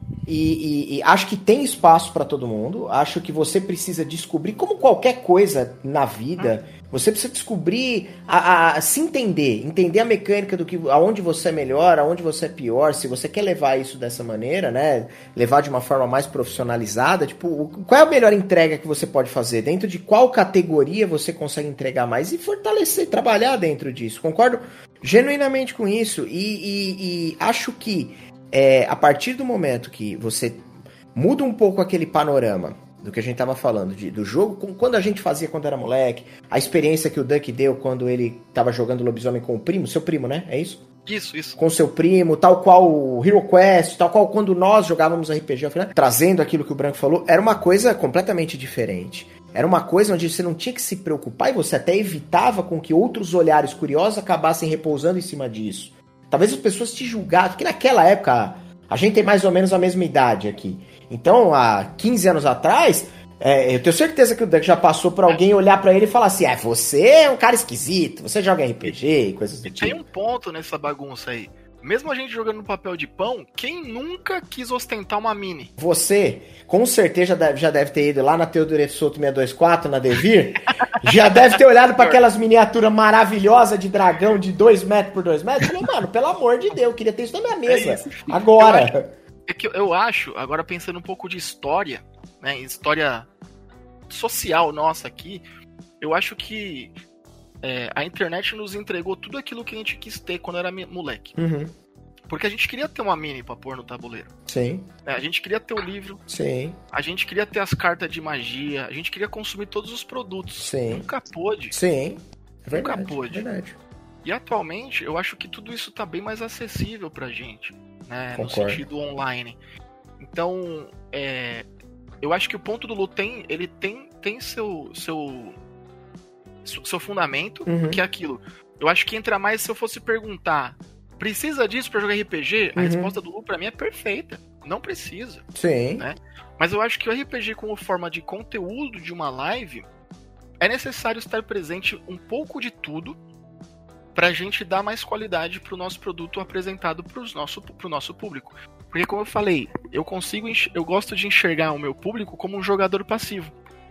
S1: E, e, e acho que tem espaço para todo mundo. Acho que você precisa descobrir, como qualquer coisa na vida, você precisa descobrir, a, a, se entender, entender a mecânica do que, aonde você é melhor, aonde você é pior. Se você quer levar isso dessa maneira, né, levar de uma forma mais profissionalizada, tipo, qual é a melhor entrega que você pode fazer? Dentro de qual categoria você consegue entregar mais e fortalecer, trabalhar dentro disso. Concordo genuinamente com isso e, e, e acho que É, a partir do momento que você muda um pouco aquele panorama do que a gente estava falando, de, do jogo, com, quando a gente fazia quando era moleque, a experiência que o Duck deu quando ele estava jogando lobisomem com o primo, seu primo, né? É isso?
S2: Isso, isso.
S1: Com seu primo, tal qual o Hero Quest, tal qual quando nós jogávamos R P G, né? Trazendo aquilo que o Branco falou, era uma coisa completamente diferente. Era uma coisa onde você não tinha que se preocupar e você até evitava com que outros olhares curiosos acabassem repousando em cima disso. Talvez as pessoas te julgassem, porque naquela época A gente tem mais ou menos a mesma idade aqui. Então, há quinze anos atrás, é, eu tenho certeza que o Duck já passou por alguém olhar pra ele e falar assim, ah, você é um cara esquisito, você joga R P G e coisas do
S2: e
S1: tipo.
S2: Tem um ponto nessa bagunça aí. Mesmo a gente jogando no papel de pão, quem nunca quis ostentar uma mini?
S1: Você, com certeza, já deve, já deve ter ido lá na Teodoreto Souto seiscentos e vinte e quatro, na Devir, já deve ter olhado para aquelas miniaturas maravilhosas de dragão de dois metros por dois metros e falou, mano, pelo amor de Deus, eu queria ter isso na minha mesa. É agora.
S2: Eu acho, é que eu acho, agora pensando um pouco de história, né, história social nossa aqui, eu acho que É, a internet nos entregou tudo aquilo que a gente quis ter quando era moleque.
S1: Uhum.
S2: Porque a gente queria ter uma mini pra pôr no tabuleiro.
S1: Sim.
S2: É, a gente queria ter o livro.
S1: Sim.
S2: A gente queria ter as cartas de magia. A gente queria consumir todos os produtos.
S1: Sim.
S2: Nunca pôde.
S1: Sim. É verdade,
S2: Nunca pôde.
S1: É verdade.
S2: E atualmente, eu acho que tudo isso tá bem mais acessível pra gente. Né? No
S1: Concordo.
S2: sentido online. Então, é, eu acho que o ponto do Lu tem, ele tem, tem seu... seu seu fundamento,
S1: Uhum.
S2: que é aquilo. Eu acho que entra mais se eu fosse perguntar, precisa disso pra jogar R P G? A
S1: Uhum.
S2: resposta do Lu pra mim é perfeita. Não precisa.
S1: Sim.
S2: Né? Mas eu acho que o R P G como forma de conteúdo de uma live é necessário estar presente um pouco de tudo pra gente dar mais qualidade pro nosso produto apresentado pros nosso, pro nosso público. Porque como eu falei, eu consigo enx- eu gosto de enxergar o meu público como um jogador passivo.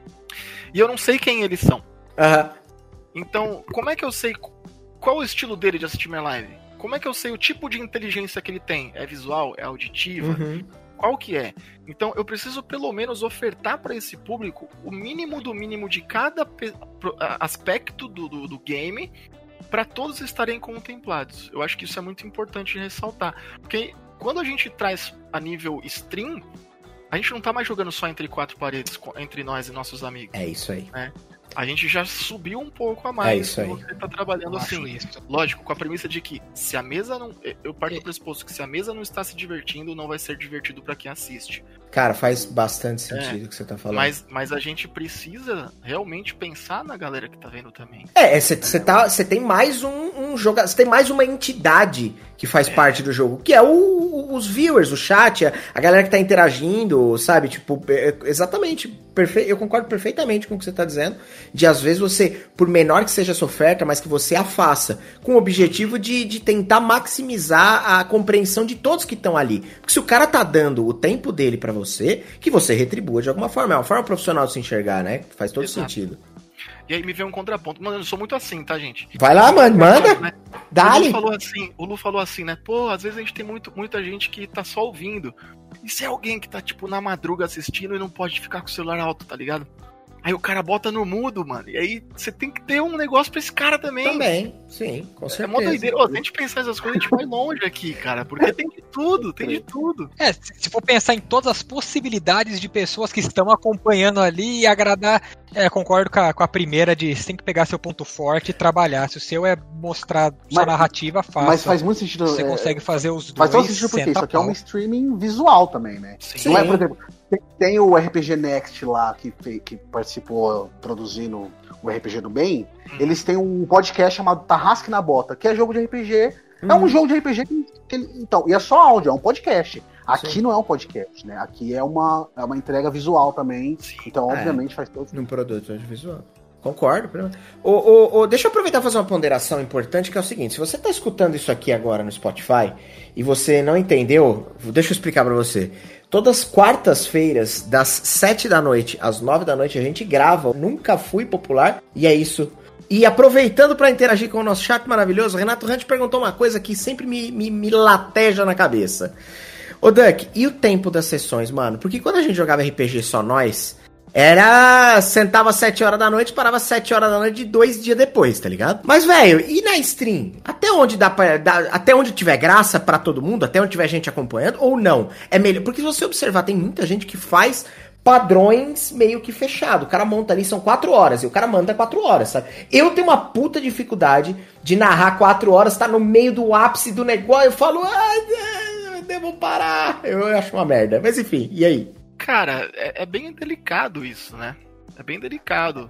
S2: E eu não sei quem eles são.
S1: Aham.
S2: Então, como é que eu sei qual é o estilo dele de assistir minha live? Como é que eu sei o tipo de inteligência que ele tem? É visual? É auditiva?
S1: Uhum.
S2: Qual que é? Então, eu preciso pelo menos ofertar para esse público o mínimo do mínimo de cada pe- pro- a- aspecto do, do, do game para todos estarem contemplados. Eu acho que isso é muito importante ressaltar. Porque quando a gente traz a nível stream, a gente não tá mais jogando só entre quatro paredes, co- entre nós e nossos amigos.
S1: É isso aí.
S2: Né? A gente já subiu um pouco a mais.
S1: É isso aí.
S2: Você tá trabalhando
S3: Eu acho
S2: assim.
S3: isso.
S2: Lógico, com a premissa de que se a mesa não. Eu parto do pressuposto que se a mesa não está se divertindo, não vai ser divertido pra quem assiste.
S1: Cara, faz bastante sentido o que você tá falando.
S2: Mas, mas a gente precisa realmente pensar na galera que tá vendo também.
S1: É, você tá, você tem mais um, um jogador, você tem mais uma entidade que faz
S2: É.
S1: parte do jogo, que é o, o- os viewers, o chat, a, a galera que tá interagindo, sabe? Tipo, é, exatamente, perfe... eu concordo perfeitamente com o que você tá dizendo, de às vezes você, por menor que seja a sua oferta, mas que você a faça, com o objetivo de, de tentar maximizar a compreensão de todos que estão ali. Porque se o cara tá dando o tempo dele pra você, que você retribua de alguma forma, é uma forma profissional de se enxergar, né? Faz todo
S2: Exato.
S1: sentido.
S2: E aí me vem um contraponto. Mano, eu sou muito assim, tá, gente?
S1: Vai lá, mano, manda!
S2: Né? O
S1: Dá-lhe!
S2: Lu falou assim, o Lu falou assim, né? Pô, às vezes a gente tem muito, muita gente que tá só ouvindo. E se é alguém que tá, tipo, na madruga assistindo e não pode ficar com o celular alto, tá ligado? Aí o cara bota no mudo, mano. E aí você tem que ter um negócio pra esse cara também.
S1: Também, sim, com
S2: É
S1: certeza.
S2: mó doideira. Ô, se a gente pensar essas coisas, a gente vai longe aqui, cara. Porque tem de tudo, tem de tudo.
S3: É, se se for pensar em todas as possibilidades de pessoas que estão acompanhando ali e agradar, é, concordo com a, com a primeira de você tem que pegar seu ponto forte e trabalhar. Se o seu é mostrar sua
S4: Mas-
S3: narrativa, faça.
S4: Mas faz muito sentido.
S3: Você
S4: é,
S3: consegue fazer os dois.
S4: Faz todo sentido porque
S3: senta
S4: isso aqui é
S3: pau.
S4: um streaming visual também, né?
S2: Sim.
S4: Não é, por exemplo, tem, tem o R P G Next lá que, fe- que participou produzindo o R P G do bem.
S2: Hum.
S4: Eles têm um podcast chamado Tarrasque na Bota, que é jogo de R P G. É um
S1: Hum.
S4: jogo de R P G que, que ele, então, e é só áudio, é um podcast. Aqui
S1: Sim.
S4: não é um podcast, né? Aqui é uma, é uma entrega visual também.
S2: Sim.
S4: Então,
S1: É.
S4: obviamente, faz todo
S1: Num produto audiovisual. Concordo. pelo- Ô, ô, ô, deixa eu aproveitar e fazer uma ponderação importante, que é o seguinte. Se você tá escutando isso aqui agora no Spotify e você não entendeu, deixa eu explicar pra você. Todas quartas-feiras, das sete da noite às nove da noite, a gente grava Nunca Fui Popular, e é isso. E aproveitando pra interagir com o nosso chat maravilhoso, Renato Hunt perguntou uma coisa que sempre me, me, me lateja na cabeça. Ô Duck, e o tempo das sessões, mano? Porque quando a gente jogava R P G só nós, era... sentava às sete horas da noite, parava às sete horas da noite de dois dias depois, tá ligado? Mas, velho, e na stream? Até onde dá pra... dá- até onde tiver graça pra todo mundo? Até onde tiver gente acompanhando? Ou não? É melhor... Porque se você observar, tem muita gente que faz padrões meio que fechado. O cara monta ali, são quatro horas, e o cara manda quatro horas, sabe? Eu tenho uma puta dificuldade de narrar quatro horas, tá no meio do ápice do negócio, eu falo, ah, eu devo parar. Eu acho uma merda. Mas enfim, e aí?
S2: Cara, é, é bem delicado isso, né? É bem delicado.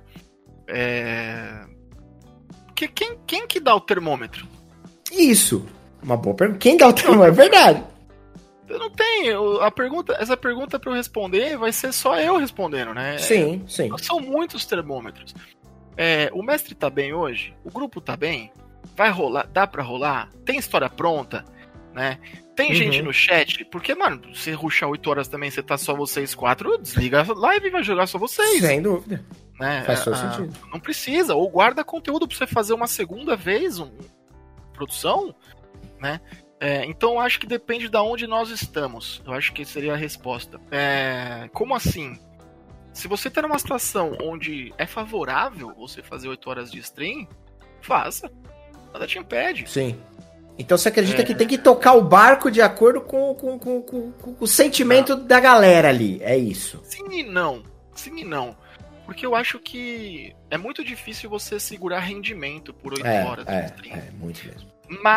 S2: É... Que, quem, quem que dá o termômetro?
S1: Isso. Uma boa pergunta. Quem dá o termo? É verdade.
S2: Eu não tenho. A pergunta, essa pergunta pra eu responder vai ser só eu respondendo, né?
S1: Sim, sim.
S2: São muitos termômetros. É, o mestre tá bem hoje? O grupo tá bem? Vai rolar? Dá pra rolar? Tem história pronta? Né? Tem uhum. gente no chat? Porque, mano, se rushar oito horas também, você tá só vocês quatro, desliga a live e vai jogar só vocês.
S1: Sem dúvida.
S2: Né?
S1: Faz todo
S2: ah,
S1: sentido.
S2: Não precisa. Ou guarda conteúdo pra você fazer uma segunda vez, uma produção, né? É, então eu acho que depende de onde nós estamos. Eu acho que seria a resposta. É, como assim? Se você tá numa situação onde é favorável você fazer oito horas de stream, faça. Nada te impede.
S1: Sim. Então você acredita
S2: é...
S1: que tem que tocar o barco de acordo com, com, com, com, com o sentimento não. da galera ali. É isso.
S2: Sim e não. Sim e não. Porque eu acho que é muito difícil você segurar rendimento por oito
S1: é,
S2: horas
S1: é,
S2: de stream.
S1: É, muito mesmo.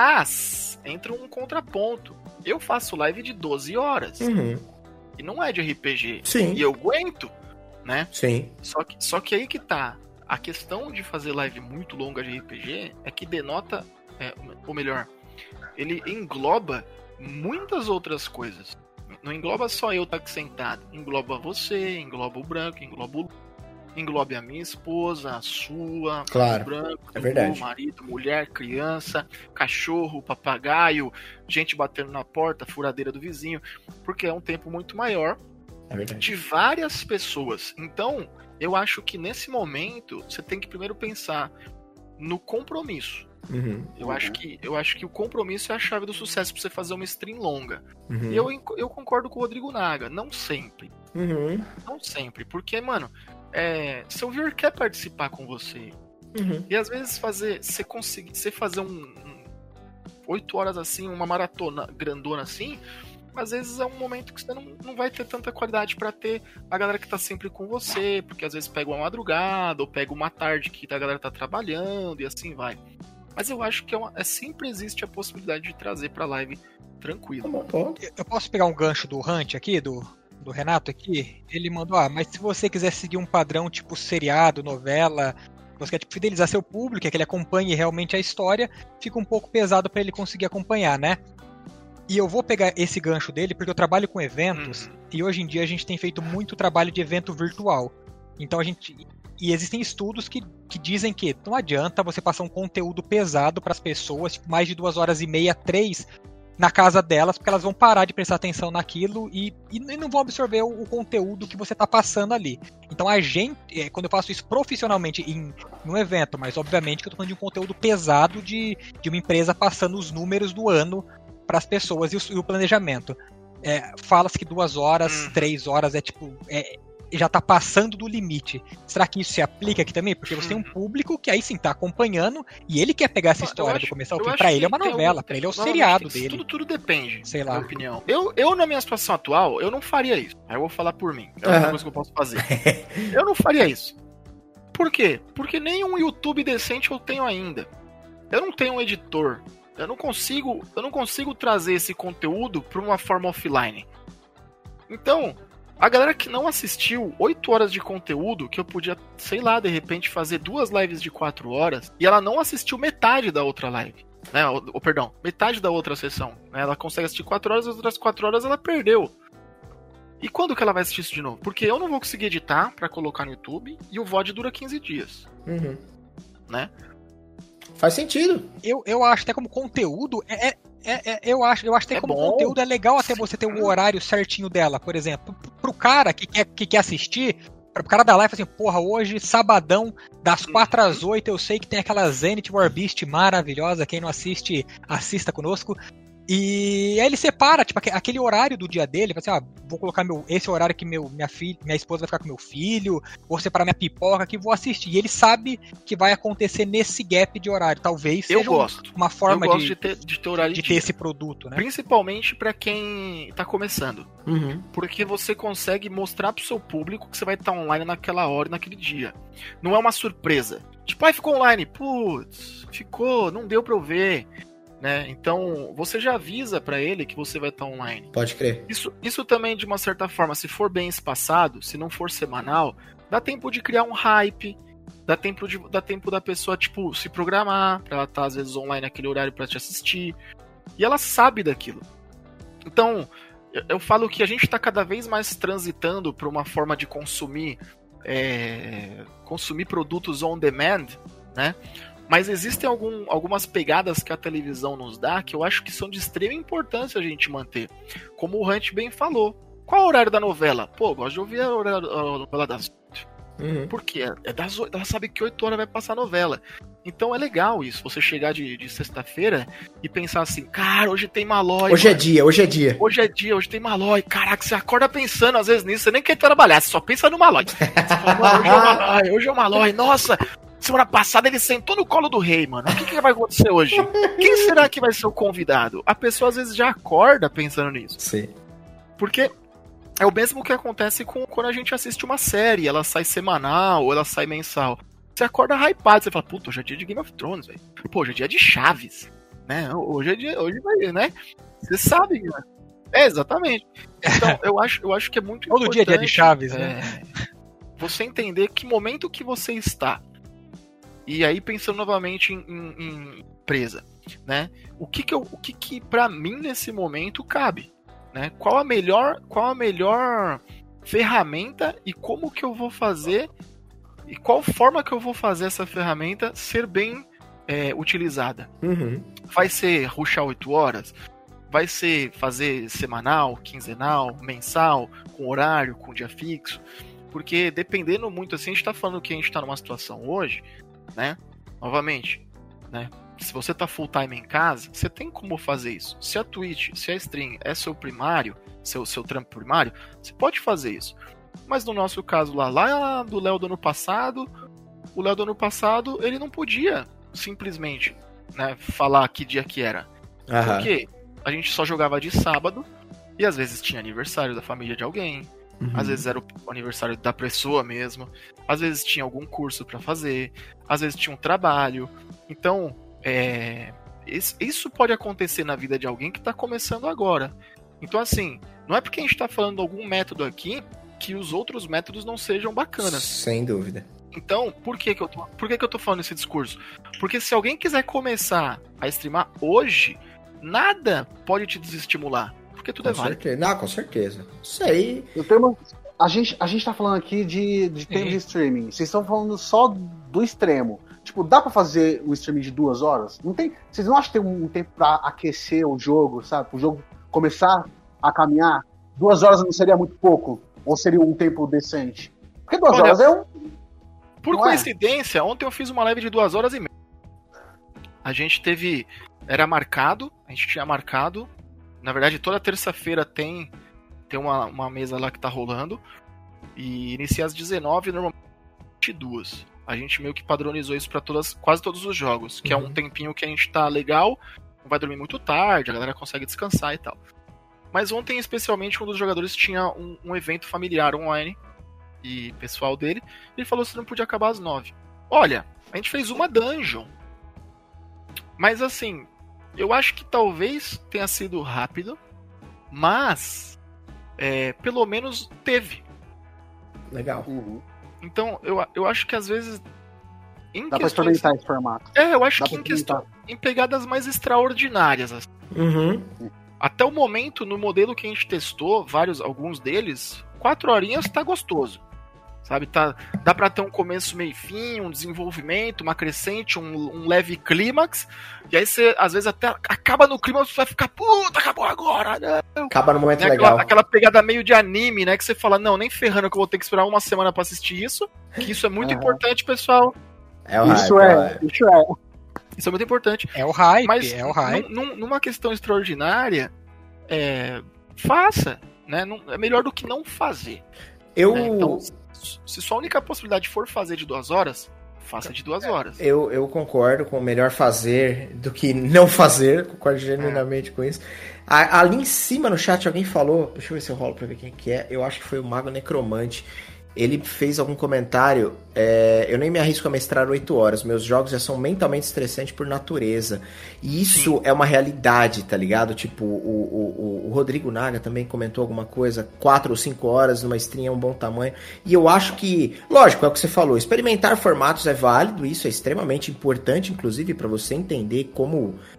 S2: Mas entra um contraponto. Eu faço live de doze horas.
S1: Uhum.
S2: E não é de R P G.
S1: Sim.
S2: E eu aguento, né?
S1: Sim.
S2: Só que, só que aí que tá. A questão de fazer live muito longa de R P G é que denota, é, ou melhor, ele engloba muitas outras coisas. Não engloba só eu estar aqui sentado. Engloba você, engloba o branco, engloba o englobe a minha esposa, a sua,
S1: claro,
S2: o branco,
S1: é verdade.
S2: o marido, mulher, criança, cachorro, papagaio, gente batendo na porta, furadeira do vizinho, porque é um tempo muito maior
S1: é verdade.
S2: de várias pessoas. Então, eu acho que nesse momento você tem que primeiro pensar no compromisso.
S1: Uhum.
S2: Eu,
S4: uhum.
S2: acho que, eu acho que o compromisso é a chave do sucesso para você fazer uma stream longa.
S1: Uhum.
S2: E eu, eu concordo com o Rodrigo Naga, não sempre.
S1: Uhum.
S2: Não sempre, porque, mano, é, seu viewer quer participar com você.
S1: Uhum.
S2: E às vezes fazer, você conseguir, você fazer um, um oito horas assim, uma maratona grandona assim, às vezes é um momento que você não, não vai ter tanta qualidade pra ter a galera que tá sempre com você, porque às vezes pega uma madrugada, ou pega uma tarde que a galera tá trabalhando, e assim vai. Mas eu acho que é, uma, é sempre existe a possibilidade de trazer pra live tranquilo.
S3: Eu posso pegar um gancho do Hunt aqui, do... do Renato aqui, ele mandou, ah, mas se você quiser seguir um padrão tipo seriado, novela, você quer tipo, fidelizar seu público, quer que ele acompanhe realmente a história, fica um pouco pesado para ele conseguir acompanhar, né? E eu vou pegar esse gancho dele porque eu trabalho com eventos hum. e hoje em dia a gente tem feito muito trabalho de evento virtual. Então a gente... E existem estudos que, que dizem que não adianta você passar um conteúdo pesado para as pessoas, tipo, mais de duas horas e meia, três, na casa delas, porque elas vão parar de prestar atenção naquilo e, e não vão absorver o, o conteúdo que você está passando ali. Então a gente, quando eu faço isso profissionalmente em um evento, mas obviamente que eu estou falando de um conteúdo pesado de, de uma empresa passando os números do ano para as pessoas e o, e o planejamento. É, fala-se que duas horas, hum. três horas é tipo... É, já tá passando do limite. Será que isso se aplica aqui também? Porque você tem um público que aí sim tá acompanhando e ele quer pegar essa história acho, do começo ao fim. Pra ele é uma novela, pra ele é o seriado dele.
S2: Tudo, tudo depende,
S3: sei lá.
S2: Na minha opinião. Eu, eu, na minha situação atual, eu não faria isso. Aí eu vou falar por mim. É a única uhum. coisa que eu posso fazer. Eu não faria isso. Por quê? Porque nenhum YouTube decente eu tenho ainda. Eu não tenho um editor. Eu não consigo, eu não consigo trazer esse conteúdo pra uma forma offline. Então... A galera que não assistiu oito horas de conteúdo, que eu podia, sei lá, de repente fazer duas lives de quatro horas, e ela não assistiu metade da outra live, né? Ou, ou perdão, metade da outra sessão, né? Ela consegue assistir quatro horas, as outras quatro horas ela perdeu. E quando que ela vai assistir isso de novo? Porque eu não vou conseguir editar pra colocar no YouTube, e o V O D dura quinze dias.
S1: Uhum.
S2: Né?
S1: Faz sentido.
S3: Eu, eu acho até como conteúdo... É, é, é, é, eu acho, eu acho até é como bom. Conteúdo é legal até você ter o horário certinho dela, por exemplo. Pro cara que quer, que quer assistir, pro cara da live, assim, porra, hoje, sabadão, das quatro às oito, eu sei que tem aquela Zenith War Beast maravilhosa. Quem não assiste, assista conosco. E aí ele separa, tipo, aquele horário do dia dele, fala assim, ah, vou colocar meu, esse horário que meu, minha, filha, minha esposa vai ficar com meu filho, vou separar minha pipoca aqui, vou assistir. E ele sabe que vai acontecer nesse gap de horário. Talvez
S2: eu
S3: seja
S2: gosto.
S3: uma forma
S2: eu gosto
S3: de,
S2: de, ter, de ter horário
S3: de
S2: de
S3: ter esse produto, né?
S2: Principalmente pra quem tá começando.
S1: Uhum.
S2: Porque você consegue mostrar pro seu público que você vai estar online naquela hora e naquele dia. Não é uma surpresa. Tipo, ai, ficou online. Putz, ficou, não deu pra eu ver. Né? Então, você já avisa pra ele que você vai estar online.
S1: Pode crer.
S2: Isso, isso também, de uma certa forma, se for bem espaçado, se não for semanal, dá tempo de criar um hype, dá tempo, de, dá tempo da pessoa, tipo, se programar, pra ela estar, às vezes, online naquele horário pra te assistir. E ela sabe daquilo. Então, eu falo que a gente está cada vez mais transitando para uma forma de consumir, é, consumir produtos on demand, né? Mas existem algum, algumas pegadas que a televisão nos dá que eu acho que são de extrema importância a gente manter. Como o Hunt bem falou. Qual é o horário da novela? Pô, gosto de ouvir a, horário, a novela das oito. Uhum. Por quê? É das oito, ela sabe que oito horas vai passar a novela. Então é legal isso, você chegar de, de sexta-feira e pensar assim, cara, hoje tem Malói.
S1: Hoje mano. é dia, hoje é dia.
S2: Hoje é dia, hoje tem Malói. Caraca, você acorda pensando às vezes nisso, você nem quer trabalhar, você só pensa no Malói. Você fala, hoje é o Malói, hoje é o Malói. Nossa, semana passada ele sentou no colo do rei, mano. O que, que vai acontecer hoje? Quem será que vai ser o convidado? A pessoa às vezes já acorda pensando nisso.
S1: Sim.
S2: Porque é o mesmo que acontece com quando a gente assiste uma série, ela sai semanal ou ela sai mensal. Você acorda hypado, você fala, puta, hoje é dia de Game of Thrones, velho. Pô, hoje é dia de Chaves, né? Hoje é dia, hoje vai, né? Você sabe, né? É, exatamente. Então, eu acho, eu acho que é muito
S3: Todo
S2: importante...
S3: Todo dia é dia de Chaves, né?
S2: É, você entender que momento que você está. E aí, pensando novamente em, em, em empresa, né? O que que, eu, o que que pra mim, nesse momento, cabe? Né? Qual a melhor, qual a melhor ferramenta e como que eu vou fazer e qual forma que eu vou fazer essa ferramenta ser bem é, utilizada.
S1: Uhum.
S2: Vai ser rushar oito horas? Vai ser fazer semanal, quinzenal, mensal, com horário, com dia fixo? Porque dependendo muito, assim, a gente tá falando que a gente tá numa situação hoje, né? Novamente, né? Se você tá full time em casa, você tem como fazer isso. Se a Twitch, se a stream é seu primário, seu, seu trampo primário, você pode fazer isso. Mas no nosso caso lá, lá do Léo do ano passado, o Léo do ano passado, ele não podia simplesmente, né, falar que dia que era.
S1: Aham.
S2: Porque a gente só jogava de sábado e às vezes tinha aniversário da família de alguém, uhum. Às vezes era o aniversário da pessoa mesmo, às vezes tinha algum curso pra fazer, às vezes tinha um trabalho. Então, É, isso pode acontecer na vida de alguém que está começando agora. Então, assim, não é porque a gente está falando de algum método aqui que os outros métodos não sejam bacanas.
S1: Sem dúvida.
S2: Então, por que que eu tô, por que que eu tô falando esse discurso? Porque se alguém quiser começar a streamar hoje, nada pode te desestimular. Porque tudo
S1: com
S2: é válido.
S1: Certeza. Não, com certeza. Isso aí.
S4: Eu tenho uma... a, gente, a gente tá falando aqui de, de tempo de streaming. Vocês estão falando só do extremo. Tipo, dá pra fazer o streaming de duas horas? Não tem, vocês não acham que tem um tempo pra aquecer o jogo, sabe? O jogo começar a caminhar? Duas horas não seria muito pouco? Ou seria um tempo decente? Porque duas
S2: Olha,
S4: horas é um...
S2: Por
S4: não
S2: coincidência, é? ontem eu fiz uma live de duas horas e meia. A gente teve... Era marcado, a gente tinha marcado. Na verdade, toda terça-feira tem, tem uma, uma mesa lá que tá rolando. E inicia às dezenove, normalmente duas. A gente meio que padronizou isso pra todas, quase todos os jogos, que uhum. é um tempinho que a gente tá legal, não vai dormir muito tarde, a galera consegue descansar e tal. Mas ontem, especialmente, um dos jogadores tinha um, um evento familiar online, e pessoal dele, ele falou que não podia acabar às nove. Olha, a gente fez uma dungeon, mas assim, eu acho que talvez tenha sido rápido, mas é, pelo menos teve.
S1: Legal.
S4: Uhum.
S2: Então, eu, eu acho que às vezes... Em
S4: Dá
S2: questões...
S4: pra experimentar esse formato.
S2: É, eu acho
S4: Dá
S2: que em, questão... em pegadas mais extraordinárias. Assim.
S1: Uhum.
S2: Até o momento, no modelo que a gente testou, vários, alguns deles, quatro horinhas tá gostoso. Sabe, tá, dá pra ter um começo, meio e fim, um desenvolvimento, uma crescente, um, um leve clímax, e aí você, às vezes, até acaba no clímax, você vai ficar, puta, acabou agora, não.
S1: Acaba no momento
S2: né?
S1: legal.
S2: Aquela, aquela pegada meio de anime, né, que você fala, não, nem ferrando que eu vou ter que esperar uma semana pra assistir isso, que isso é muito uhum. importante, pessoal.
S1: É o
S4: isso,
S1: hype,
S4: é, isso é,
S2: isso é muito importante.
S3: É o hype,
S2: mas
S3: é o hype.
S2: Num, numa questão extraordinária, é, faça, né, não, é melhor do que não fazer.
S1: Eu...
S2: Né? Então, se sua única possibilidade for fazer de duas horas, faça de duas horas.
S1: Eu, eu concordo com o melhor fazer do que não fazer, concordo genuinamente é. com isso. A, ali em cima no chat alguém falou, deixa eu ver se eu rolo pra ver quem que é, eu acho que foi o Mago Necromante. Ele fez algum comentário, é, eu nem me arrisco a mestrar oito horas, meus jogos já são mentalmente estressantes por natureza. E isso Sim. é uma realidade, tá ligado? Tipo, o, o, o Rodrigo Naga também comentou alguma coisa, quatro ou cinco horas numa stream é um bom tamanho. E eu acho que, lógico, é o que você falou, experimentar formatos é válido, isso é extremamente importante, inclusive, para você entender como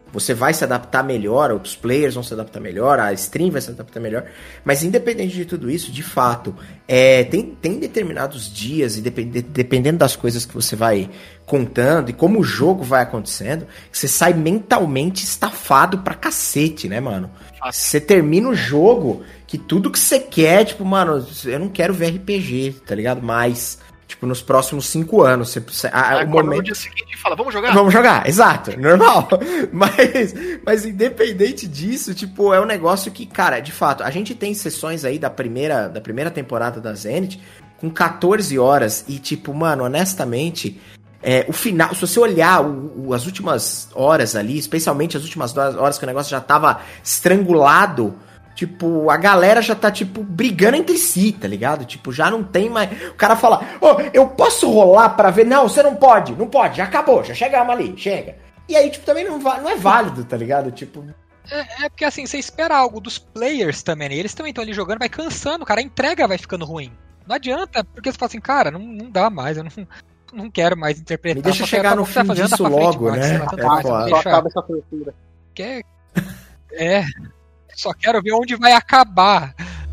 S1: você vai se adaptar melhor, os players vão se adaptar melhor, a stream vai se adaptar melhor, mas independente de tudo isso, de fato, é, tem, tem determinados dias, e depend, dependendo das coisas que você vai contando e como o jogo vai acontecendo, você sai mentalmente estafado pra cacete, né, mano? Você termina o jogo que tudo que você quer, tipo, mano, eu não quero ver R P G, tá ligado? Mais... Tipo, nos próximos cinco anos. Você, a,
S2: a, o momento... no dia seguinte fala, vamos jogar?
S1: Vamos jogar, exato, normal. mas, mas independente disso, tipo, é um negócio que, cara, de fato, a gente tem sessões aí da primeira, da primeira temporada da Zenith com quatorze horas e, tipo, mano, honestamente, é, o final, se você olhar o, o, as últimas horas ali, especialmente as últimas horas que o negócio já tava estrangulado, tipo, a galera já tá, tipo, brigando entre si, tá ligado? Tipo, já não tem mais... O cara fala, ô, oh, eu posso rolar pra ver? Não, você não pode, não pode, já acabou, já chegamos ali, chega. E aí, tipo, também não, não é válido, tá ligado? Tipo...
S3: É, é porque, assim, você espera algo dos players também, né? Eles também estão ali jogando, vai cansando, cara, a entrega vai ficando ruim. Não adianta, porque você fala assim, cara, não, não dá mais, eu não... Não quero mais interpretar.
S1: Me deixa chegar no fim disso logo, né? É foda.
S4: Só acaba essa tortura.
S3: Quer... É... Só quero ver onde vai acabar.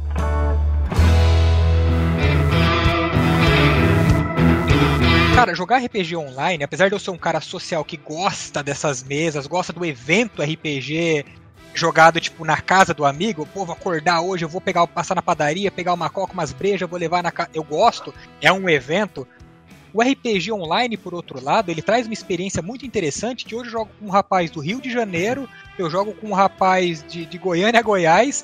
S3: Cara, jogar R P G online, apesar de eu ser um cara social que gosta dessas mesas, gosta do evento R P G jogado, tipo, na casa do amigo, pô, vou acordar hoje, eu vou pegar, passar na padaria, pegar uma coca, umas brejas, vou levar na casa... Eu gosto, é um evento. O R P G online, por outro lado, ele traz uma experiência muito interessante, que hoje eu jogo com um rapaz do Rio de Janeiro, eu jogo com um rapaz de, de Goiânia, Goiás,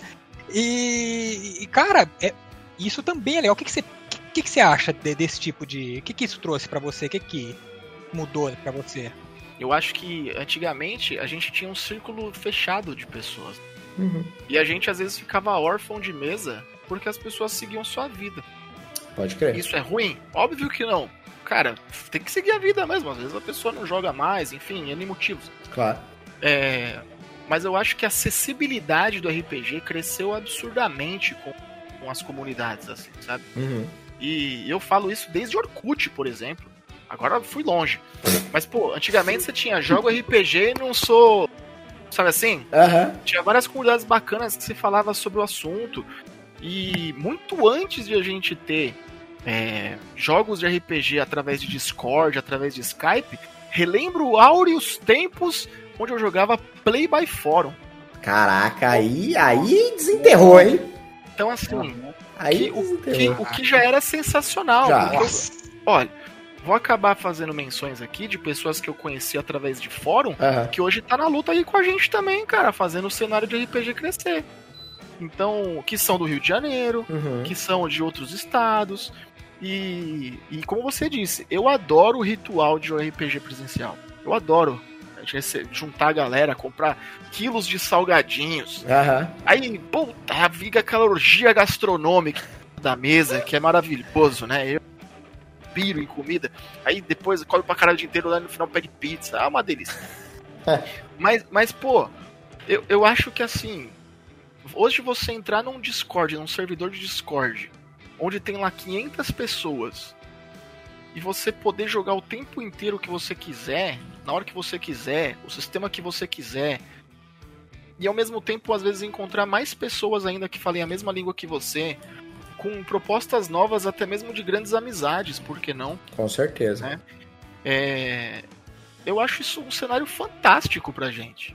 S3: e, e cara, é, isso também é legal. O que, que, você, que, que você acha de, desse tipo de... O que, que isso trouxe pra você? O que, que mudou pra você?
S2: Eu acho que, antigamente, a gente tinha um círculo fechado de pessoas.
S1: Uhum.
S2: E a gente, às vezes, ficava órfão de mesa, porque as pessoas seguiam sua vida.
S1: Pode crer.
S2: Isso é ruim? Óbvio que não. Cara, tem que seguir a vida mesmo. Às vezes a pessoa não joga mais, enfim, N motivos.
S1: Claro.
S2: É, mas eu acho que a acessibilidade do R P G cresceu absurdamente com, com as comunidades, assim, sabe?
S1: Uhum.
S2: E eu falo isso desde Orkut, por exemplo. Agora eu fui longe. Mas, pô, antigamente você tinha jogo R P G e não sou... Sabe assim?
S1: Uhum.
S2: Tinha várias comunidades bacanas que se falava sobre o assunto. E muito antes de a gente ter... É, jogos de R P G através de Discord, através de Skype, relembro áureos tempos onde eu jogava Play by Forum.
S1: Caraca, aí, aí desenterrou, hein?
S2: Então, assim,
S1: aí
S2: que, o, que, o que já era sensacional.
S1: Já.
S2: Eu, olha, vou acabar fazendo menções aqui de pessoas que eu conheci através de fórum,
S1: uhum.
S2: que hoje tá na luta aí com a gente também, cara, fazendo o cenário de R P G crescer. Então, que são do Rio de Janeiro,
S1: uhum.
S2: que são de outros estados. E, e como você disse, eu adoro o ritual de um R P G presencial. Eu adoro juntar a galera, comprar quilos de salgadinhos.
S1: Uhum.
S2: Aí, puta, viga aquela orgia gastronômica da mesa, que é maravilhoso, né? Eu piro em comida. Aí depois come pra caralho o dia inteiro, lá no final pede pizza. É uma delícia. mas, mas, pô, eu, eu acho que assim, hoje você entrar num Discord, num servidor de Discord, onde tem lá quinhentas pessoas, e você poder jogar o tempo inteiro que você quiser, na hora que você quiser, o sistema que você quiser, e ao mesmo tempo, às vezes, encontrar mais pessoas ainda que falem a mesma língua que você, com propostas novas, até mesmo de grandes amizades, por que não?
S1: Com certeza.
S2: Né? É... Eu acho isso um cenário fantástico pra gente.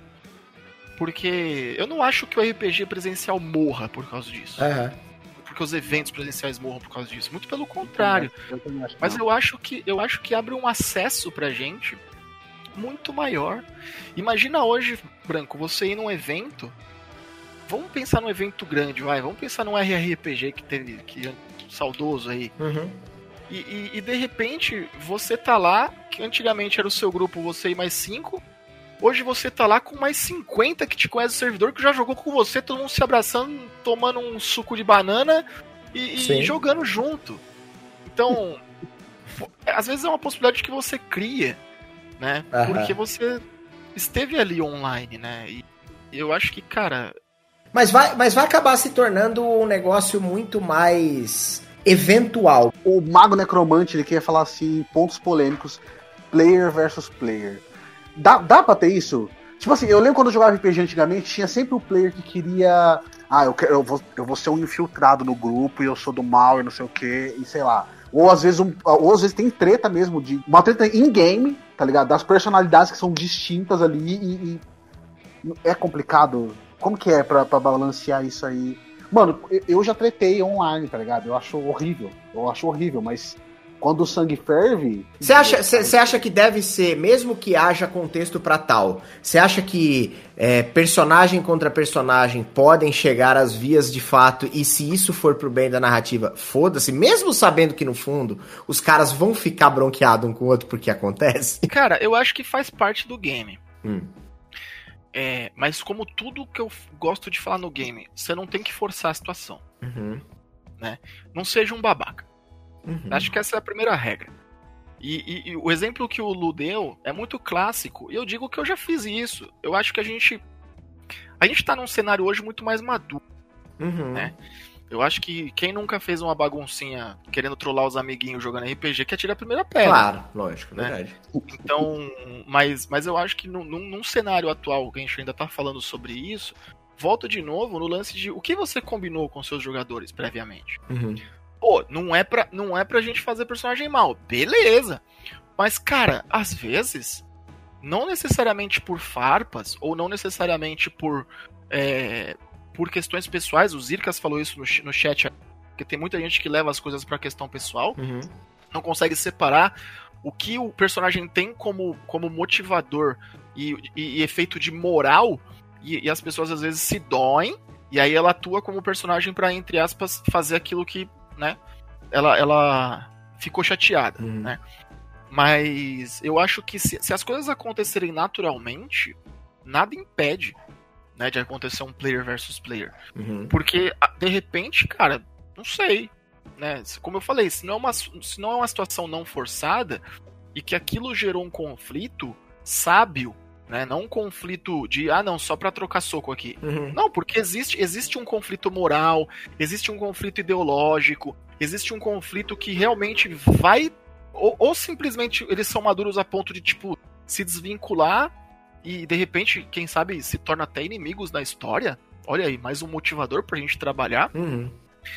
S2: Porque eu não acho que o R P G presencial morra por causa disso.
S1: Uhum.
S2: Que os eventos presenciais morram por causa disso. Muito pelo contrário. Eu eu acho Mas eu acho, que, eu acho que abre um acesso pra gente muito maior. Imagina hoje, Branco, você ir num evento. Vamos pensar num evento grande, vai. Vamos pensar num R R P G que teve, que saudoso aí.
S1: Uhum.
S2: E, e, e de repente, você tá lá, que antigamente era o seu grupo, você e mais cinco. Hoje você tá lá com mais cinquenta que te conhece o servidor, que já jogou com você, todo mundo se abraçando, tomando um suco de banana e, e jogando junto. Então, às vezes é uma possibilidade que você cria, né?
S1: Aham.
S2: Porque você esteve ali online, né? E eu acho que, cara...
S1: Mas vai, mas vai acabar se tornando um negócio muito mais eventual.
S4: O Mago Necromante, ele queria falar assim, pontos polêmicos, player versus player. Dá, dá pra ter isso? Tipo assim, eu lembro quando eu jogava R P G antigamente, tinha sempre o player que queria... Ah, eu, quero, eu, vou, eu vou ser um infiltrado no grupo e eu sou do mal e não sei o que, e sei lá. Ou às vezes, um, ou às vezes tem treta mesmo, de uma treta in-game, tá ligado? Das personalidades que são distintas ali e... e é complicado. Como que é pra, pra balancear isso aí? Mano, eu já tretei online, tá ligado? Eu acho horrível. Eu acho horrível, mas... Quando o sangue ferve...
S1: Você acha, você acha que deve ser, mesmo que haja contexto pra tal, você acha que é, personagem contra personagem podem chegar às vias de fato e se isso for pro bem da narrativa, foda-se, mesmo sabendo que no fundo os caras vão ficar bronqueados um com o outro porque acontece?
S2: Cara, eu acho que faz parte do game.
S1: Hum.
S2: É, mas como tudo que eu gosto de falar no game, você não tem que forçar a situação.
S1: Uhum.
S2: Né? Não seja um babaca.
S1: Uhum.
S2: Acho que essa é a primeira regra. E, e, e o exemplo que o Lu deu é muito clássico. E eu digo que eu já fiz isso. Eu acho que a gente... A gente tá num cenário hoje muito mais maduro.
S1: Uhum.
S2: Né? Eu acho que quem nunca fez uma baguncinha querendo trollar os amiguinhos jogando R P G quer tirar a primeira pedra.
S1: Claro, lógico,
S2: né?
S1: Verdade.
S2: Então, mas, mas eu acho que num, num cenário atual, que a gente ainda tá falando sobre isso, volto de novo no lance de o que você combinou com seus jogadores previamente.
S1: Uhum.
S2: Pô, não é, pra, não é pra gente fazer personagem mal. Beleza. Mas, cara, às vezes, não necessariamente por farpas, ou não necessariamente por, é, por questões pessoais, o Zirkas falou isso no, no chat, porque tem muita gente que leva as coisas pra questão pessoal,
S1: Uhum.
S2: não consegue separar o que o personagem tem como, como motivador e, e, e efeito de moral, e, e as pessoas às vezes se doem, e aí ela atua como personagem pra, entre aspas, fazer aquilo que, né, ela, ela ficou chateada,
S1: uhum.
S2: né? Mas eu acho que se, se as coisas acontecerem naturalmente, nada impede, né, de acontecer um player versus player.
S1: Uhum.
S2: Porque, de repente, cara, não sei, né? Como eu falei, se não é uma, se não é uma situação não forçada e que aquilo gerou um conflito sábio, né? Não um conflito de, ah, não, só pra trocar soco aqui.
S1: Uhum.
S2: Não, porque existe, existe um conflito moral, existe um conflito ideológico, existe um conflito que realmente vai... Ou, ou simplesmente eles são maduros a ponto de, tipo, se desvincular e, de repente, quem sabe, se torna até inimigos na história. Olha aí, mais um motivador pra gente trabalhar.
S1: Uhum.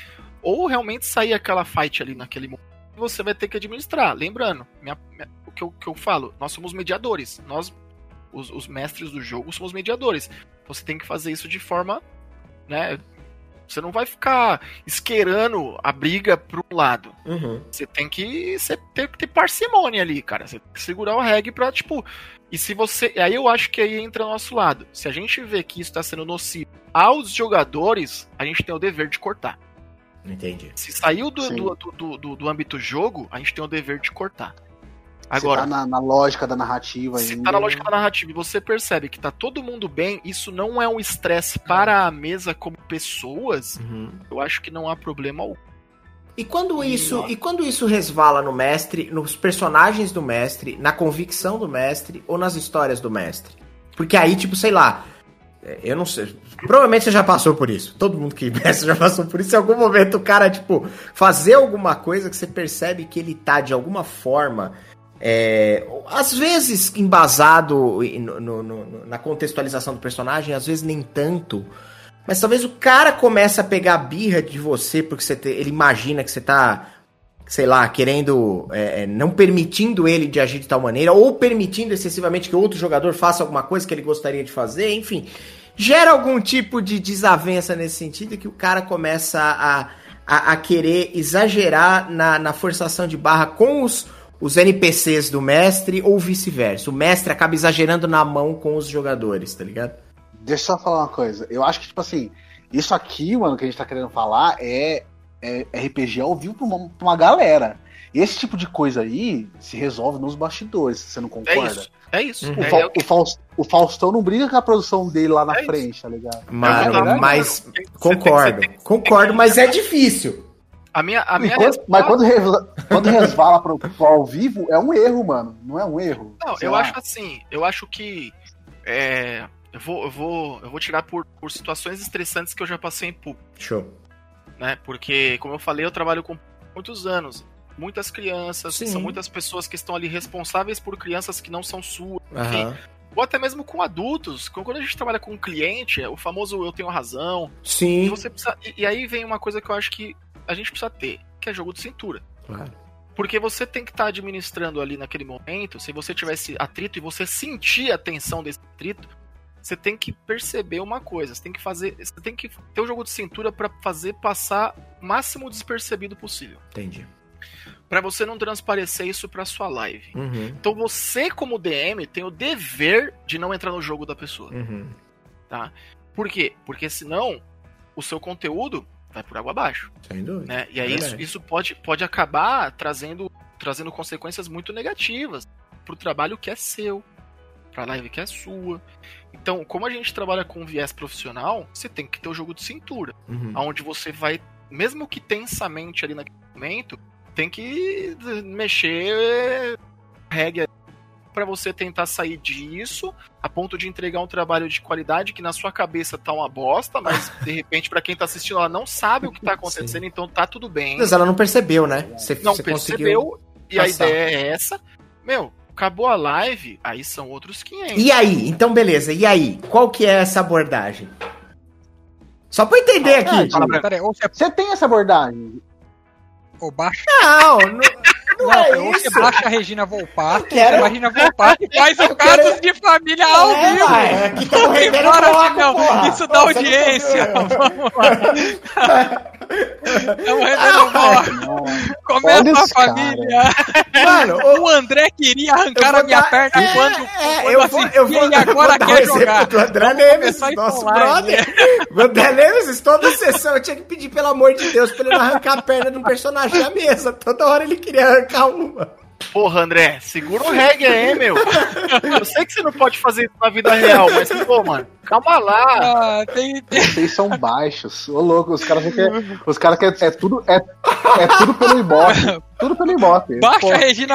S2: Ou realmente sair aquela fight ali naquele momento que você vai ter que administrar. Lembrando, minha, minha, o que eu, que eu falo, nós somos mediadores. Nós... Os, os mestres do jogo são os mediadores. Você tem que fazer isso de forma, né? Você não vai ficar esquerando a briga pro lado.
S1: Uhum.
S2: Você tem que você tem que ter parcimônia ali, cara. Você tem que segurar o reggae pra, tipo... E se você... Aí eu acho que aí entra o nosso lado. Se a gente vê que isso tá sendo nocivo aos jogadores, a gente tem o dever de cortar.
S1: Entendi.
S2: Se saiu do, do, do, do, do âmbito jogo, a gente tem o dever de cortar. Agora,
S4: se tá na, na lógica da narrativa
S2: se
S4: ainda.
S2: tá na lógica da narrativa e você percebe que tá todo mundo bem, isso não é um estresse para a mesa como pessoas,
S1: uhum.
S2: eu acho que não há problema algum.
S1: E quando isso, e quando isso resvala no mestre, nos personagens do mestre, na convicção do mestre ou nas histórias do mestre? Porque aí, tipo, sei lá, eu não sei, provavelmente você já passou por isso. Todo mundo que mestre já passou por isso. Em algum momento o cara, tipo, fazer alguma coisa que você percebe que ele tá de alguma forma... É, às vezes embasado no, no, no, na contextualização do personagem, às vezes nem tanto, mas talvez o cara comece a pegar a birra de você porque você te, ele imagina que você tá, sei lá, querendo, é, não permitindo ele de agir de tal maneira, ou permitindo excessivamente que outro jogador faça alguma coisa que ele gostaria de fazer, enfim, gera algum tipo de desavença nesse sentido que o cara começa a, a, a querer exagerar na, na forçação de barra com os os N P Cs do mestre ou vice-versa. O mestre acaba exagerando na mão com os jogadores, tá ligado?
S4: Deixa eu só falar uma coisa. Eu acho que, tipo assim, isso aqui, mano, que a gente tá querendo falar é, é R P G ao vivo pra uma, pra uma galera. Esse tipo de coisa aí se resolve nos bastidores, você não concorda?
S2: É isso. É isso.
S4: Uhum. O,
S2: é,
S4: Fa-
S2: é o, que...
S4: o, Faust, o Faustão não briga com a produção dele lá na
S2: é
S4: frente,
S2: isso.
S4: tá ligado?
S1: Mano,
S2: é
S1: mas
S2: você
S1: concordo.
S2: tem, tem,
S1: concordo,
S2: tem,
S1: mas é difícil.
S2: A minha, a minha
S4: quando,
S2: resposta...
S4: Mas quando, resvala, quando resvala pro, pro ao vivo, é um erro, mano. Não é um erro.
S2: Não,
S4: Sei
S2: eu
S4: lá.
S2: acho assim, eu acho que é, eu, vou, eu, vou, eu vou tirar por, por situações estressantes que eu já passei em público.
S1: Show.
S2: Né? Porque, como eu falei, eu trabalho com muitos anos. Muitas crianças,
S1: Sim.
S2: são muitas pessoas que estão ali responsáveis por crianças que não são suas. Enfim,
S1: Uhum.
S2: ou até mesmo com adultos. Quando a gente trabalha com um cliente, é o famoso eu tenho razão.
S1: Sim.
S2: E, você precisa, e aí vem uma coisa que eu acho que a gente precisa ter, que é jogo de cintura.
S1: Claro.
S2: Porque você tem que estar tá administrando ali naquele momento, se você tiver esse atrito e você sentir a tensão desse atrito, você tem que perceber uma coisa, você tem que fazer, você tem que ter o jogo de cintura para fazer passar o máximo despercebido possível.
S1: Entendi.
S2: Pra você não transparecer isso pra sua live.
S1: Uhum.
S2: Então você, como D M, tem o dever de não entrar no jogo da pessoa.
S1: Uhum.
S2: Tá? Por quê? Porque senão o seu conteúdo vai por água abaixo.
S1: Sem dúvida.
S2: Né? E aí é isso, isso pode, pode acabar trazendo, trazendo consequências muito negativas pro trabalho que é seu, pra live que é sua. Então, como a gente trabalha com viés profissional, você tem que ter o jogo de cintura.
S1: Uhum.
S2: Onde você vai, mesmo que tensamente ali naquele momento, tem que mexer regra para você tentar sair disso a ponto de entregar um trabalho de qualidade que na sua cabeça tá uma bosta, mas de repente para quem tá assistindo ela não sabe o que tá acontecendo, então tá tudo bem.
S1: Mas ela não percebeu, né? Você,
S2: não
S1: você
S2: percebeu e
S1: passar.
S2: A ideia é essa. Meu, acabou a live, aí são outros quinhentos.
S1: E aí? Então beleza, e aí? Qual que é essa abordagem? Só pra entender aqui.
S4: Ah,
S3: Fala, peraí, ou você,
S4: Você tem essa abordagem?
S3: ou baixa,
S1: Não, não, não
S3: não,
S1: é
S3: ou você
S1: isso.
S3: baixa a Regina Volpato,
S1: quero-
S3: você Regina Volpato e faz o
S1: Eu
S3: casos
S1: quero-
S3: de família ao
S1: É,
S3: vivo.
S1: vai, aqui tá o
S3: E
S1: rendendo
S3: fora
S1: bloco,
S3: assim, não,
S1: porra.
S3: isso dá
S1: Pô, você não
S3: audiência.
S1: tá
S3: Vamos lá. Estamos rendendo bloco. Começa
S4: Olha
S3: a
S4: esse cara.
S3: família.
S1: Mano,
S3: O André queria arrancar a minha perna
S1: é,
S3: quando,
S1: é,
S3: quando
S1: eu vou,
S3: assistia
S1: eu vou,
S3: e agora
S1: eu vou dar
S3: quer
S1: um exemplo
S3: jogar.
S1: do André
S3: Vamos
S1: Neves,
S3: começar isso
S1: nosso
S3: online.
S1: brother. O André Neves, toda sessão eu tinha que pedir, pelo amor de Deus, pra ele não arrancar a perna de um personagem da mesa. Toda hora ele queria arrancar uma.
S2: Porra, André, segura o reggae aí, meu. Eu sei que você não pode fazer isso na vida real, mas, pô, mano, calma lá.
S3: Ah, tem, tem-
S4: Vocês são baixos. Ô, louco, os caras querem. Os caras querem. É tudo, é, é tudo pelo Ibope. Tudo pelo Ibope.
S3: Baixa
S4: Pô,
S3: a Regina.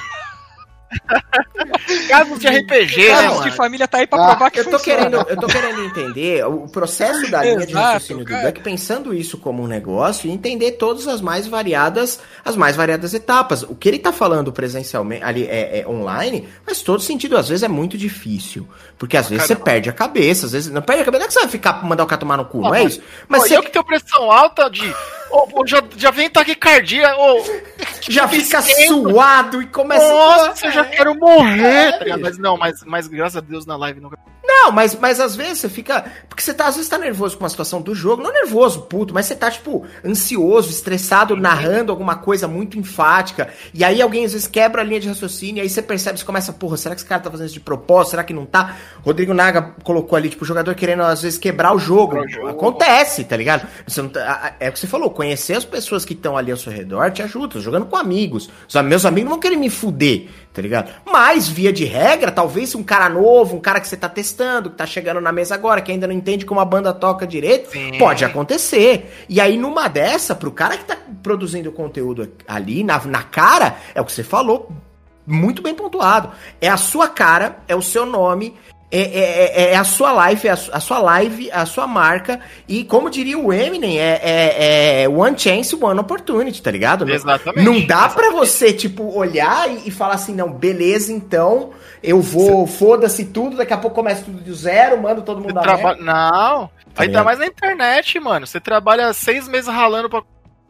S2: Casos de R P G, né,
S3: Casos de
S2: mano?
S3: família tá aí pra
S4: Ah,
S3: provar que
S1: Eu tô,
S3: funciona.
S1: querendo, eu tô querendo entender o processo da linha de
S3: Exato,
S1: raciocínio do
S3: cara.
S1: Duck, pensando isso como um negócio e entender todas as mais variadas, as mais variadas etapas. O que ele tá falando presencialmente, ali é, é online, faz todo sentido. Às vezes é muito difícil, porque às vezes você
S2: caramba.
S1: perde a cabeça, às vezes não perde a cabeça, não é que você vai ficar mandar o cara tomar no cu, não é
S2: mas-
S1: isso? Mas
S2: Pô,
S1: você
S2: eu que tenho pressão alta de. Ô, ô, já, já vem taquicardia, ô.
S1: já fica
S2: esquenta.
S1: suado e começa
S2: Nossa, eu já quero morrer.
S1: É,
S2: tá ligado?
S1: bicho.
S2: Mas não, mas, mas graças a Deus na live nunca.
S1: Não, mas, mas às vezes você fica. Porque você tá, às vezes tá nervoso com a situação do jogo. Não nervoso, puto, mas você tá, tipo, ansioso, estressado, narrando alguma coisa muito enfática. E aí alguém às vezes quebra a linha de raciocínio. E aí você percebe, você começa, porra, será que esse cara tá fazendo isso de propósito? Será que não tá? Rodrigo Naga colocou ali, tipo, o jogador querendo às vezes quebrar o jogo.
S2: Quebrar o jogo.
S1: Acontece, tá ligado? Você não tá- é o que você falou, conhecer as pessoas que estão ali ao seu redor te ajuda. Tô jogando com amigos. Os meus amigos não vão querer me fuder, tá ligado? Mas, via de regra, talvez um cara novo, um cara que você tá testando, que tá chegando na mesa agora, que ainda não entende como a banda toca direito,
S2: Sim.
S1: pode acontecer. E aí, numa dessa, pro cara que tá produzindo conteúdo ali, na, na cara, é o que você falou, muito bem pontuado. É a sua cara, é o seu nome, é, é, é- é a sua live, é a, su- a sua live, a sua marca, e como diria o Eminem, é, é, é one chance, one opportunity, tá ligado? Não-
S2: Exatamente.
S1: Não dá pra
S2: Exatamente.
S1: você, tipo, olhar e, e falar assim, não, beleza, então, eu vou, foda-se tudo, daqui a pouco começa tudo do zero, mando todo mundo
S2: Você
S1: a
S2: traba...
S1: merda.
S2: Não,
S1: Tá
S2: ainda
S1: ligado?
S2: mais na internet, mano. Você trabalha seis meses ralando pra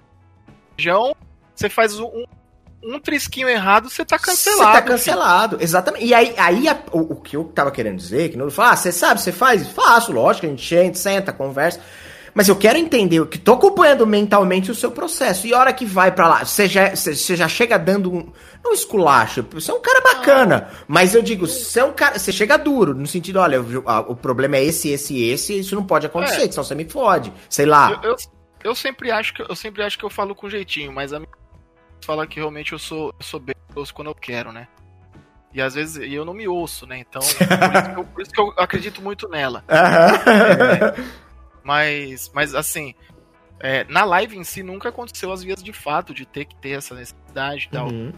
S2: região, você faz um, um trisquinho errado, você tá cancelado.
S1: Você tá
S2: filho.
S1: cancelado, exatamente. E aí, aí a- o, o que eu tava querendo dizer, que não fala, ah, você sabe, você faz? Faço, lógico, a gente, a gente senta, conversa. Mas eu quero entender, eu que tô acompanhando mentalmente o seu processo. E a hora que vai pra lá, você já, você você já chega dando um. Não esculacho, você é um cara bacana. Mas eu digo, você é um cara. Você chega duro, no sentido, olha, eu- a- o problema é esse, esse e esse, isso não pode acontecer,
S2: É.
S1: senão você me fode. Sei lá.
S2: Eu, eu, eu sempre acho que eu sempre acho que eu falo com jeitinho, mas a minha fala que realmente eu sou, eu sou bem grosso quando eu quero, né? E às vezes e eu não me ouço, né? Então, por isso que eu, por isso que eu acredito muito nela.
S1: Aham.
S2: Mas, mas assim, é, na live em si nunca aconteceu as vias de fato de ter que ter essa necessidade e tal.
S1: Uhum.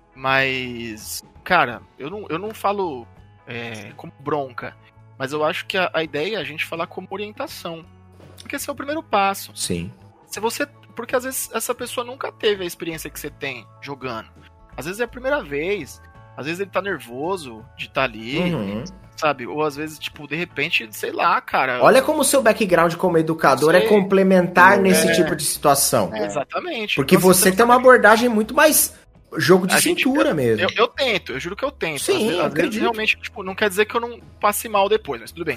S2: Mas, cara, eu não, eu não falo é, como bronca, mas eu acho que a, a ideia é a gente falar como orientação. Porque esse é o primeiro passo.
S1: Sim.
S2: Se você, porque às vezes essa pessoa nunca teve a experiência que você tem jogando. Às vezes é a primeira vez. Às vezes ele tá nervoso de estar tá ali,
S1: Uhum.
S2: sabe? Ou às vezes, tipo, de repente, sei lá, cara...
S1: Olha como o seu background como educador é complementar
S2: é,
S1: nesse tipo de situação.
S2: É. Exatamente.
S1: Porque
S2: então,
S1: você tem uma abordagem muito mais jogo de
S2: a gente-
S1: cintura
S2: eu,
S1: mesmo.
S2: Eu, eu tento, eu juro que eu tento.
S1: Sim,
S2: às vezes, às vezes
S1: acredito.
S2: realmente, tipo, não quer dizer que eu não passe mal depois, mas tudo bem.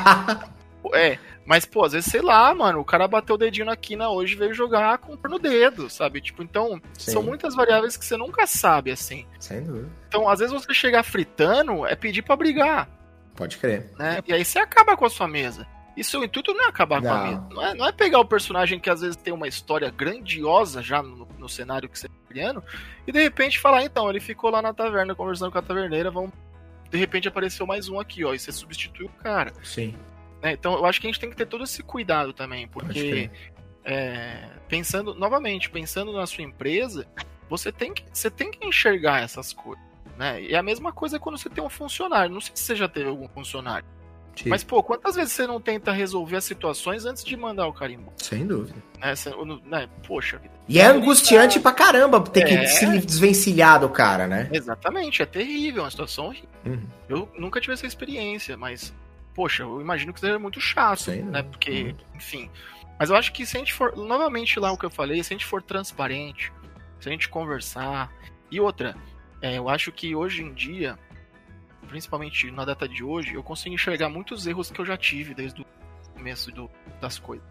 S2: É, mas, pô, às vezes, sei lá, mano, o cara bateu o dedinho na quina hoje e veio jogar com o no dedo, sabe? Tipo, então,
S1: Sim.
S2: são muitas variáveis que você nunca sabe, assim.
S1: Sem dúvida.
S2: Então, às vezes, você chegar fritando é pedir pra brigar,
S1: Pode crer.
S2: né? E aí você acaba com a sua mesa. E seu intuito não é acabar com a
S1: Não.
S2: mesa. Não é, não é pegar o personagem que às vezes tem uma história grandiosa já no, no cenário que você tá criando e de repente falar, então, ele ficou lá na taverna conversando com a taverneira, vamos... de repente apareceu mais um aqui, ó, e você substitui o cara.
S1: Sim.
S2: Né? Então eu acho que a gente tem que ter todo esse cuidado também,
S1: Pode
S2: porque
S1: crer.
S2: é, pensando, novamente, pensando na sua empresa, você tem que, você tem que enxergar essas coisas. Né? E é a mesma coisa quando você tem um funcionário. Não sei se você já teve algum funcionário.
S1: Sim.
S2: Mas, pô, quantas vezes você não tenta resolver as situações antes de mandar o cara embora?
S1: Sem dúvida.
S2: Né? Você, né? Poxa vida.
S1: E é angustiante pra caramba ter que
S2: É.
S1: se desvencilhar do cara, né?
S2: Exatamente, é terrível, é uma situação horrível.
S1: Uhum.
S2: Eu nunca tive essa experiência, mas, poxa, eu imagino que seja muito chato,
S1: Sim,
S2: né?
S1: né?
S2: Porque,
S1: Muito.
S2: enfim. Mas eu acho que se a gente for, novamente lá o que eu falei, se a gente for transparente, se a gente conversar. E outra, é, eu acho que hoje em dia, principalmente na data de hoje, eu consigo enxergar muitos erros que eu já tive desde o começo do, das coisas.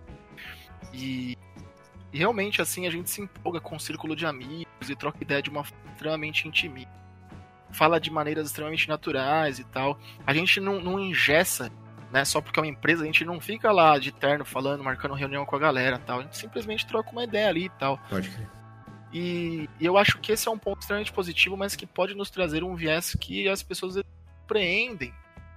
S2: E, e realmente, assim, a gente se empolga com um círculo de amigos e troca ideia de uma forma extremamente intimista. Fala de maneiras extremamente naturais e tal. A gente não, não engessa, né? Só porque é uma empresa, a gente não fica lá de terno falando, marcando reunião com a galera e tal. A gente simplesmente troca uma ideia ali e tal.
S1: Pode crer.
S2: E, e eu acho que esse é um ponto extremamente positivo, mas que pode nos trazer um viés que as pessoas compreendem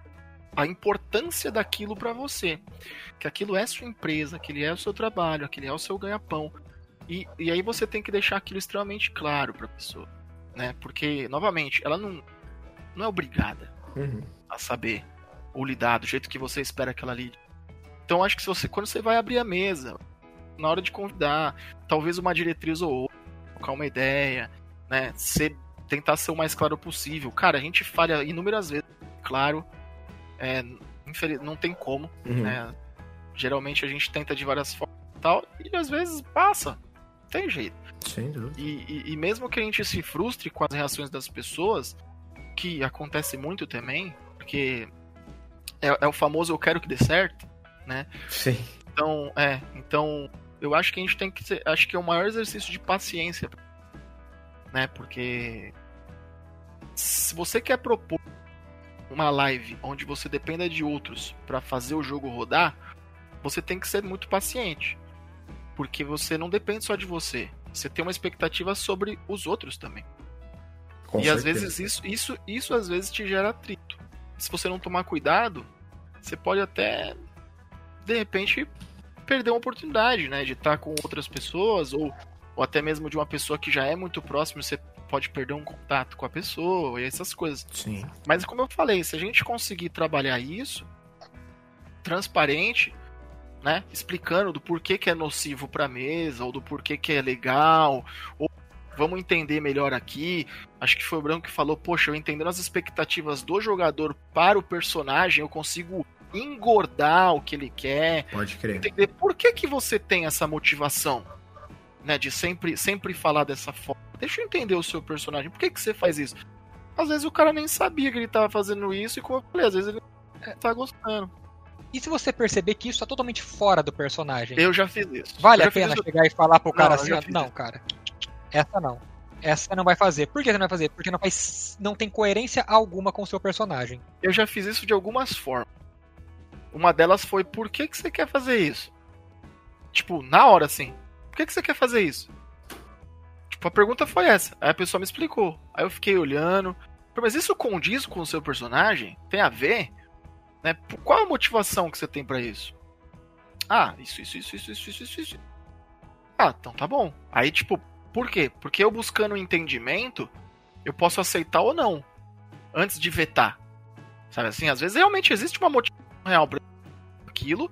S2: a importância daquilo pra você. Que aquilo é sua empresa, aquele é o seu trabalho, aquele é o seu ganha-pão. E, e aí você tem que deixar aquilo extremamente claro pra pessoa. Né? Porque, novamente, ela não, não é obrigada
S1: Uhum.
S2: a saber ou lidar do jeito que você espera que ela lide. Então acho que se você, quando você vai abrir a mesa, na hora de convidar, talvez uma diretriz ou outra, colocar uma ideia, né? Ser, tentar ser o mais claro possível. Cara, a gente falha inúmeras vezes, claro, é, infeliz, não tem como,
S1: Uhum.
S2: né? Geralmente a gente tenta de várias formas e tal, e às vezes passa, não tem jeito.
S1: Sem dúvida.
S2: E, e, e mesmo que a gente se frustre com as reações das pessoas, que acontece muito também, porque é, é o famoso eu quero que dê certo, né?
S1: Sim.
S2: Então, é, então eu acho que a gente tem que ser, acho que é o maior exercício de paciência, né? Porque se você quer propor uma live onde você dependa de outros pra fazer o jogo rodar, você tem que ser muito paciente, porque você não depende só de você. Você tem uma expectativa sobre os outros também.
S1: Com
S2: e às
S1: certeza.
S2: vezes isso, isso, isso às vezes te gera atrito. Se você não tomar cuidado, você pode até, de repente, perder uma oportunidade, né? De estar com outras pessoas, ou, ou até mesmo de uma pessoa que já é muito próxima, você pode perder um contato com a pessoa e essas coisas.
S1: Sim.
S2: Mas como eu falei, se a gente conseguir trabalhar isso, transparente, né, explicando do porquê que é nocivo para a mesa, ou do porquê que é legal, ou vamos entender melhor aqui. Acho que foi o Branco que falou, poxa, eu entendendo as expectativas do jogador para o personagem, eu consigo engordar o que ele quer,
S1: Pode crer.
S2: entender por que que você tem essa motivação, né, de sempre, sempre falar dessa forma. Deixa eu entender o seu personagem, por que que você faz isso? Às vezes o cara nem sabia que ele estava fazendo isso, e como eu falei, às vezes ele não tá gostando.
S3: E se você perceber que isso tá totalmente fora do personagem?
S2: Eu já fiz isso.
S3: Vale
S2: Eu
S3: a
S2: já fiz
S3: pena
S2: isso.
S3: chegar e falar pro cara
S2: Não, eu
S3: assim,
S2: já
S3: ó,
S2: fiz
S3: não,
S2: isso.
S3: cara, essa não. Essa você não vai fazer. Por que você não vai fazer? Porque não faz, não tem coerência alguma com o seu personagem.
S2: Eu já fiz isso de algumas formas. Uma delas foi, por que que você quer fazer isso? Tipo, na hora, assim. Por que que você quer fazer isso? Tipo, a pergunta foi essa. Aí a pessoa me explicou. Aí eu fiquei olhando. Mas isso condiz com o seu personagem? Tem a ver? Né? Qual a motivação que você tem pra isso? Ah, isso, isso, isso, isso, isso, isso, isso, isso. Ah, então tá bom. Aí, tipo, por quê? Porque eu buscando entendimento, eu posso aceitar ou não, antes de vetar. Sabe assim? Às vezes realmente existe uma motivação real pra aquilo,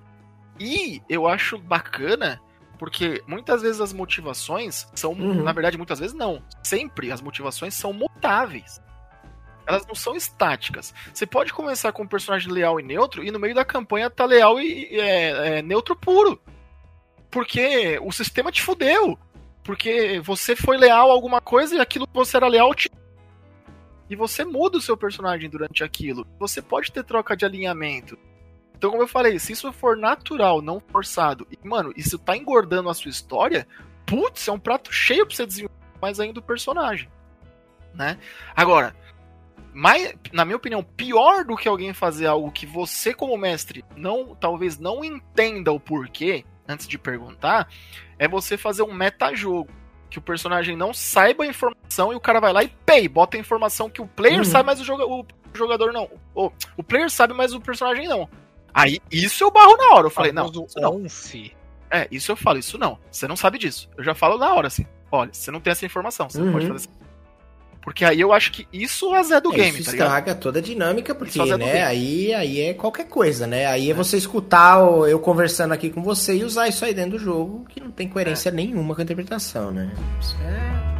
S2: e eu acho bacana, porque muitas vezes as motivações são,
S1: Uhum.
S2: na verdade, muitas vezes não. Sempre as motivações são mutáveis. Elas não são estáticas. Você pode começar com um personagem leal e neutro, e no meio da campanha tá leal e é, é, neutro puro. Porque o sistema te fudeu. Porque você foi leal a alguma coisa e aquilo que você era leal te... E você muda o seu personagem durante aquilo. Você pode ter troca de alinhamento. Então, como eu falei, se isso for natural, não forçado, e, mano, isso tá engordando a sua história, putz, é um prato cheio pra você desenvolver mais ainda o personagem. Né? Agora, mais, na minha opinião, pior do que alguém fazer algo que você, como mestre, não, talvez não entenda o porquê, antes de perguntar, é você fazer um metajogo. Que o personagem não saiba a informação e o cara vai lá e pay, bota a informação que o player uhum. sabe, mas o, joga- o jogador não. O, o player sabe, mas o personagem não. Aí, isso eu barro na hora. Eu falei, não, isso não. É, isso eu falo, isso não. Você não sabe disso. Eu já falo na hora, assim. Olha, você não tem essa informação, você uhum. não pode fazer assim. Porque aí eu acho que isso é Zé do
S1: é,
S2: game,
S1: isso
S2: tá ligado?
S1: estraga toda a dinâmica, porque, né, aí, aí é qualquer coisa, né? Aí é, é você escutar eu conversando aqui com você e usar isso aí dentro do jogo, que não tem coerência é. nenhuma com a interpretação, né? Isso é...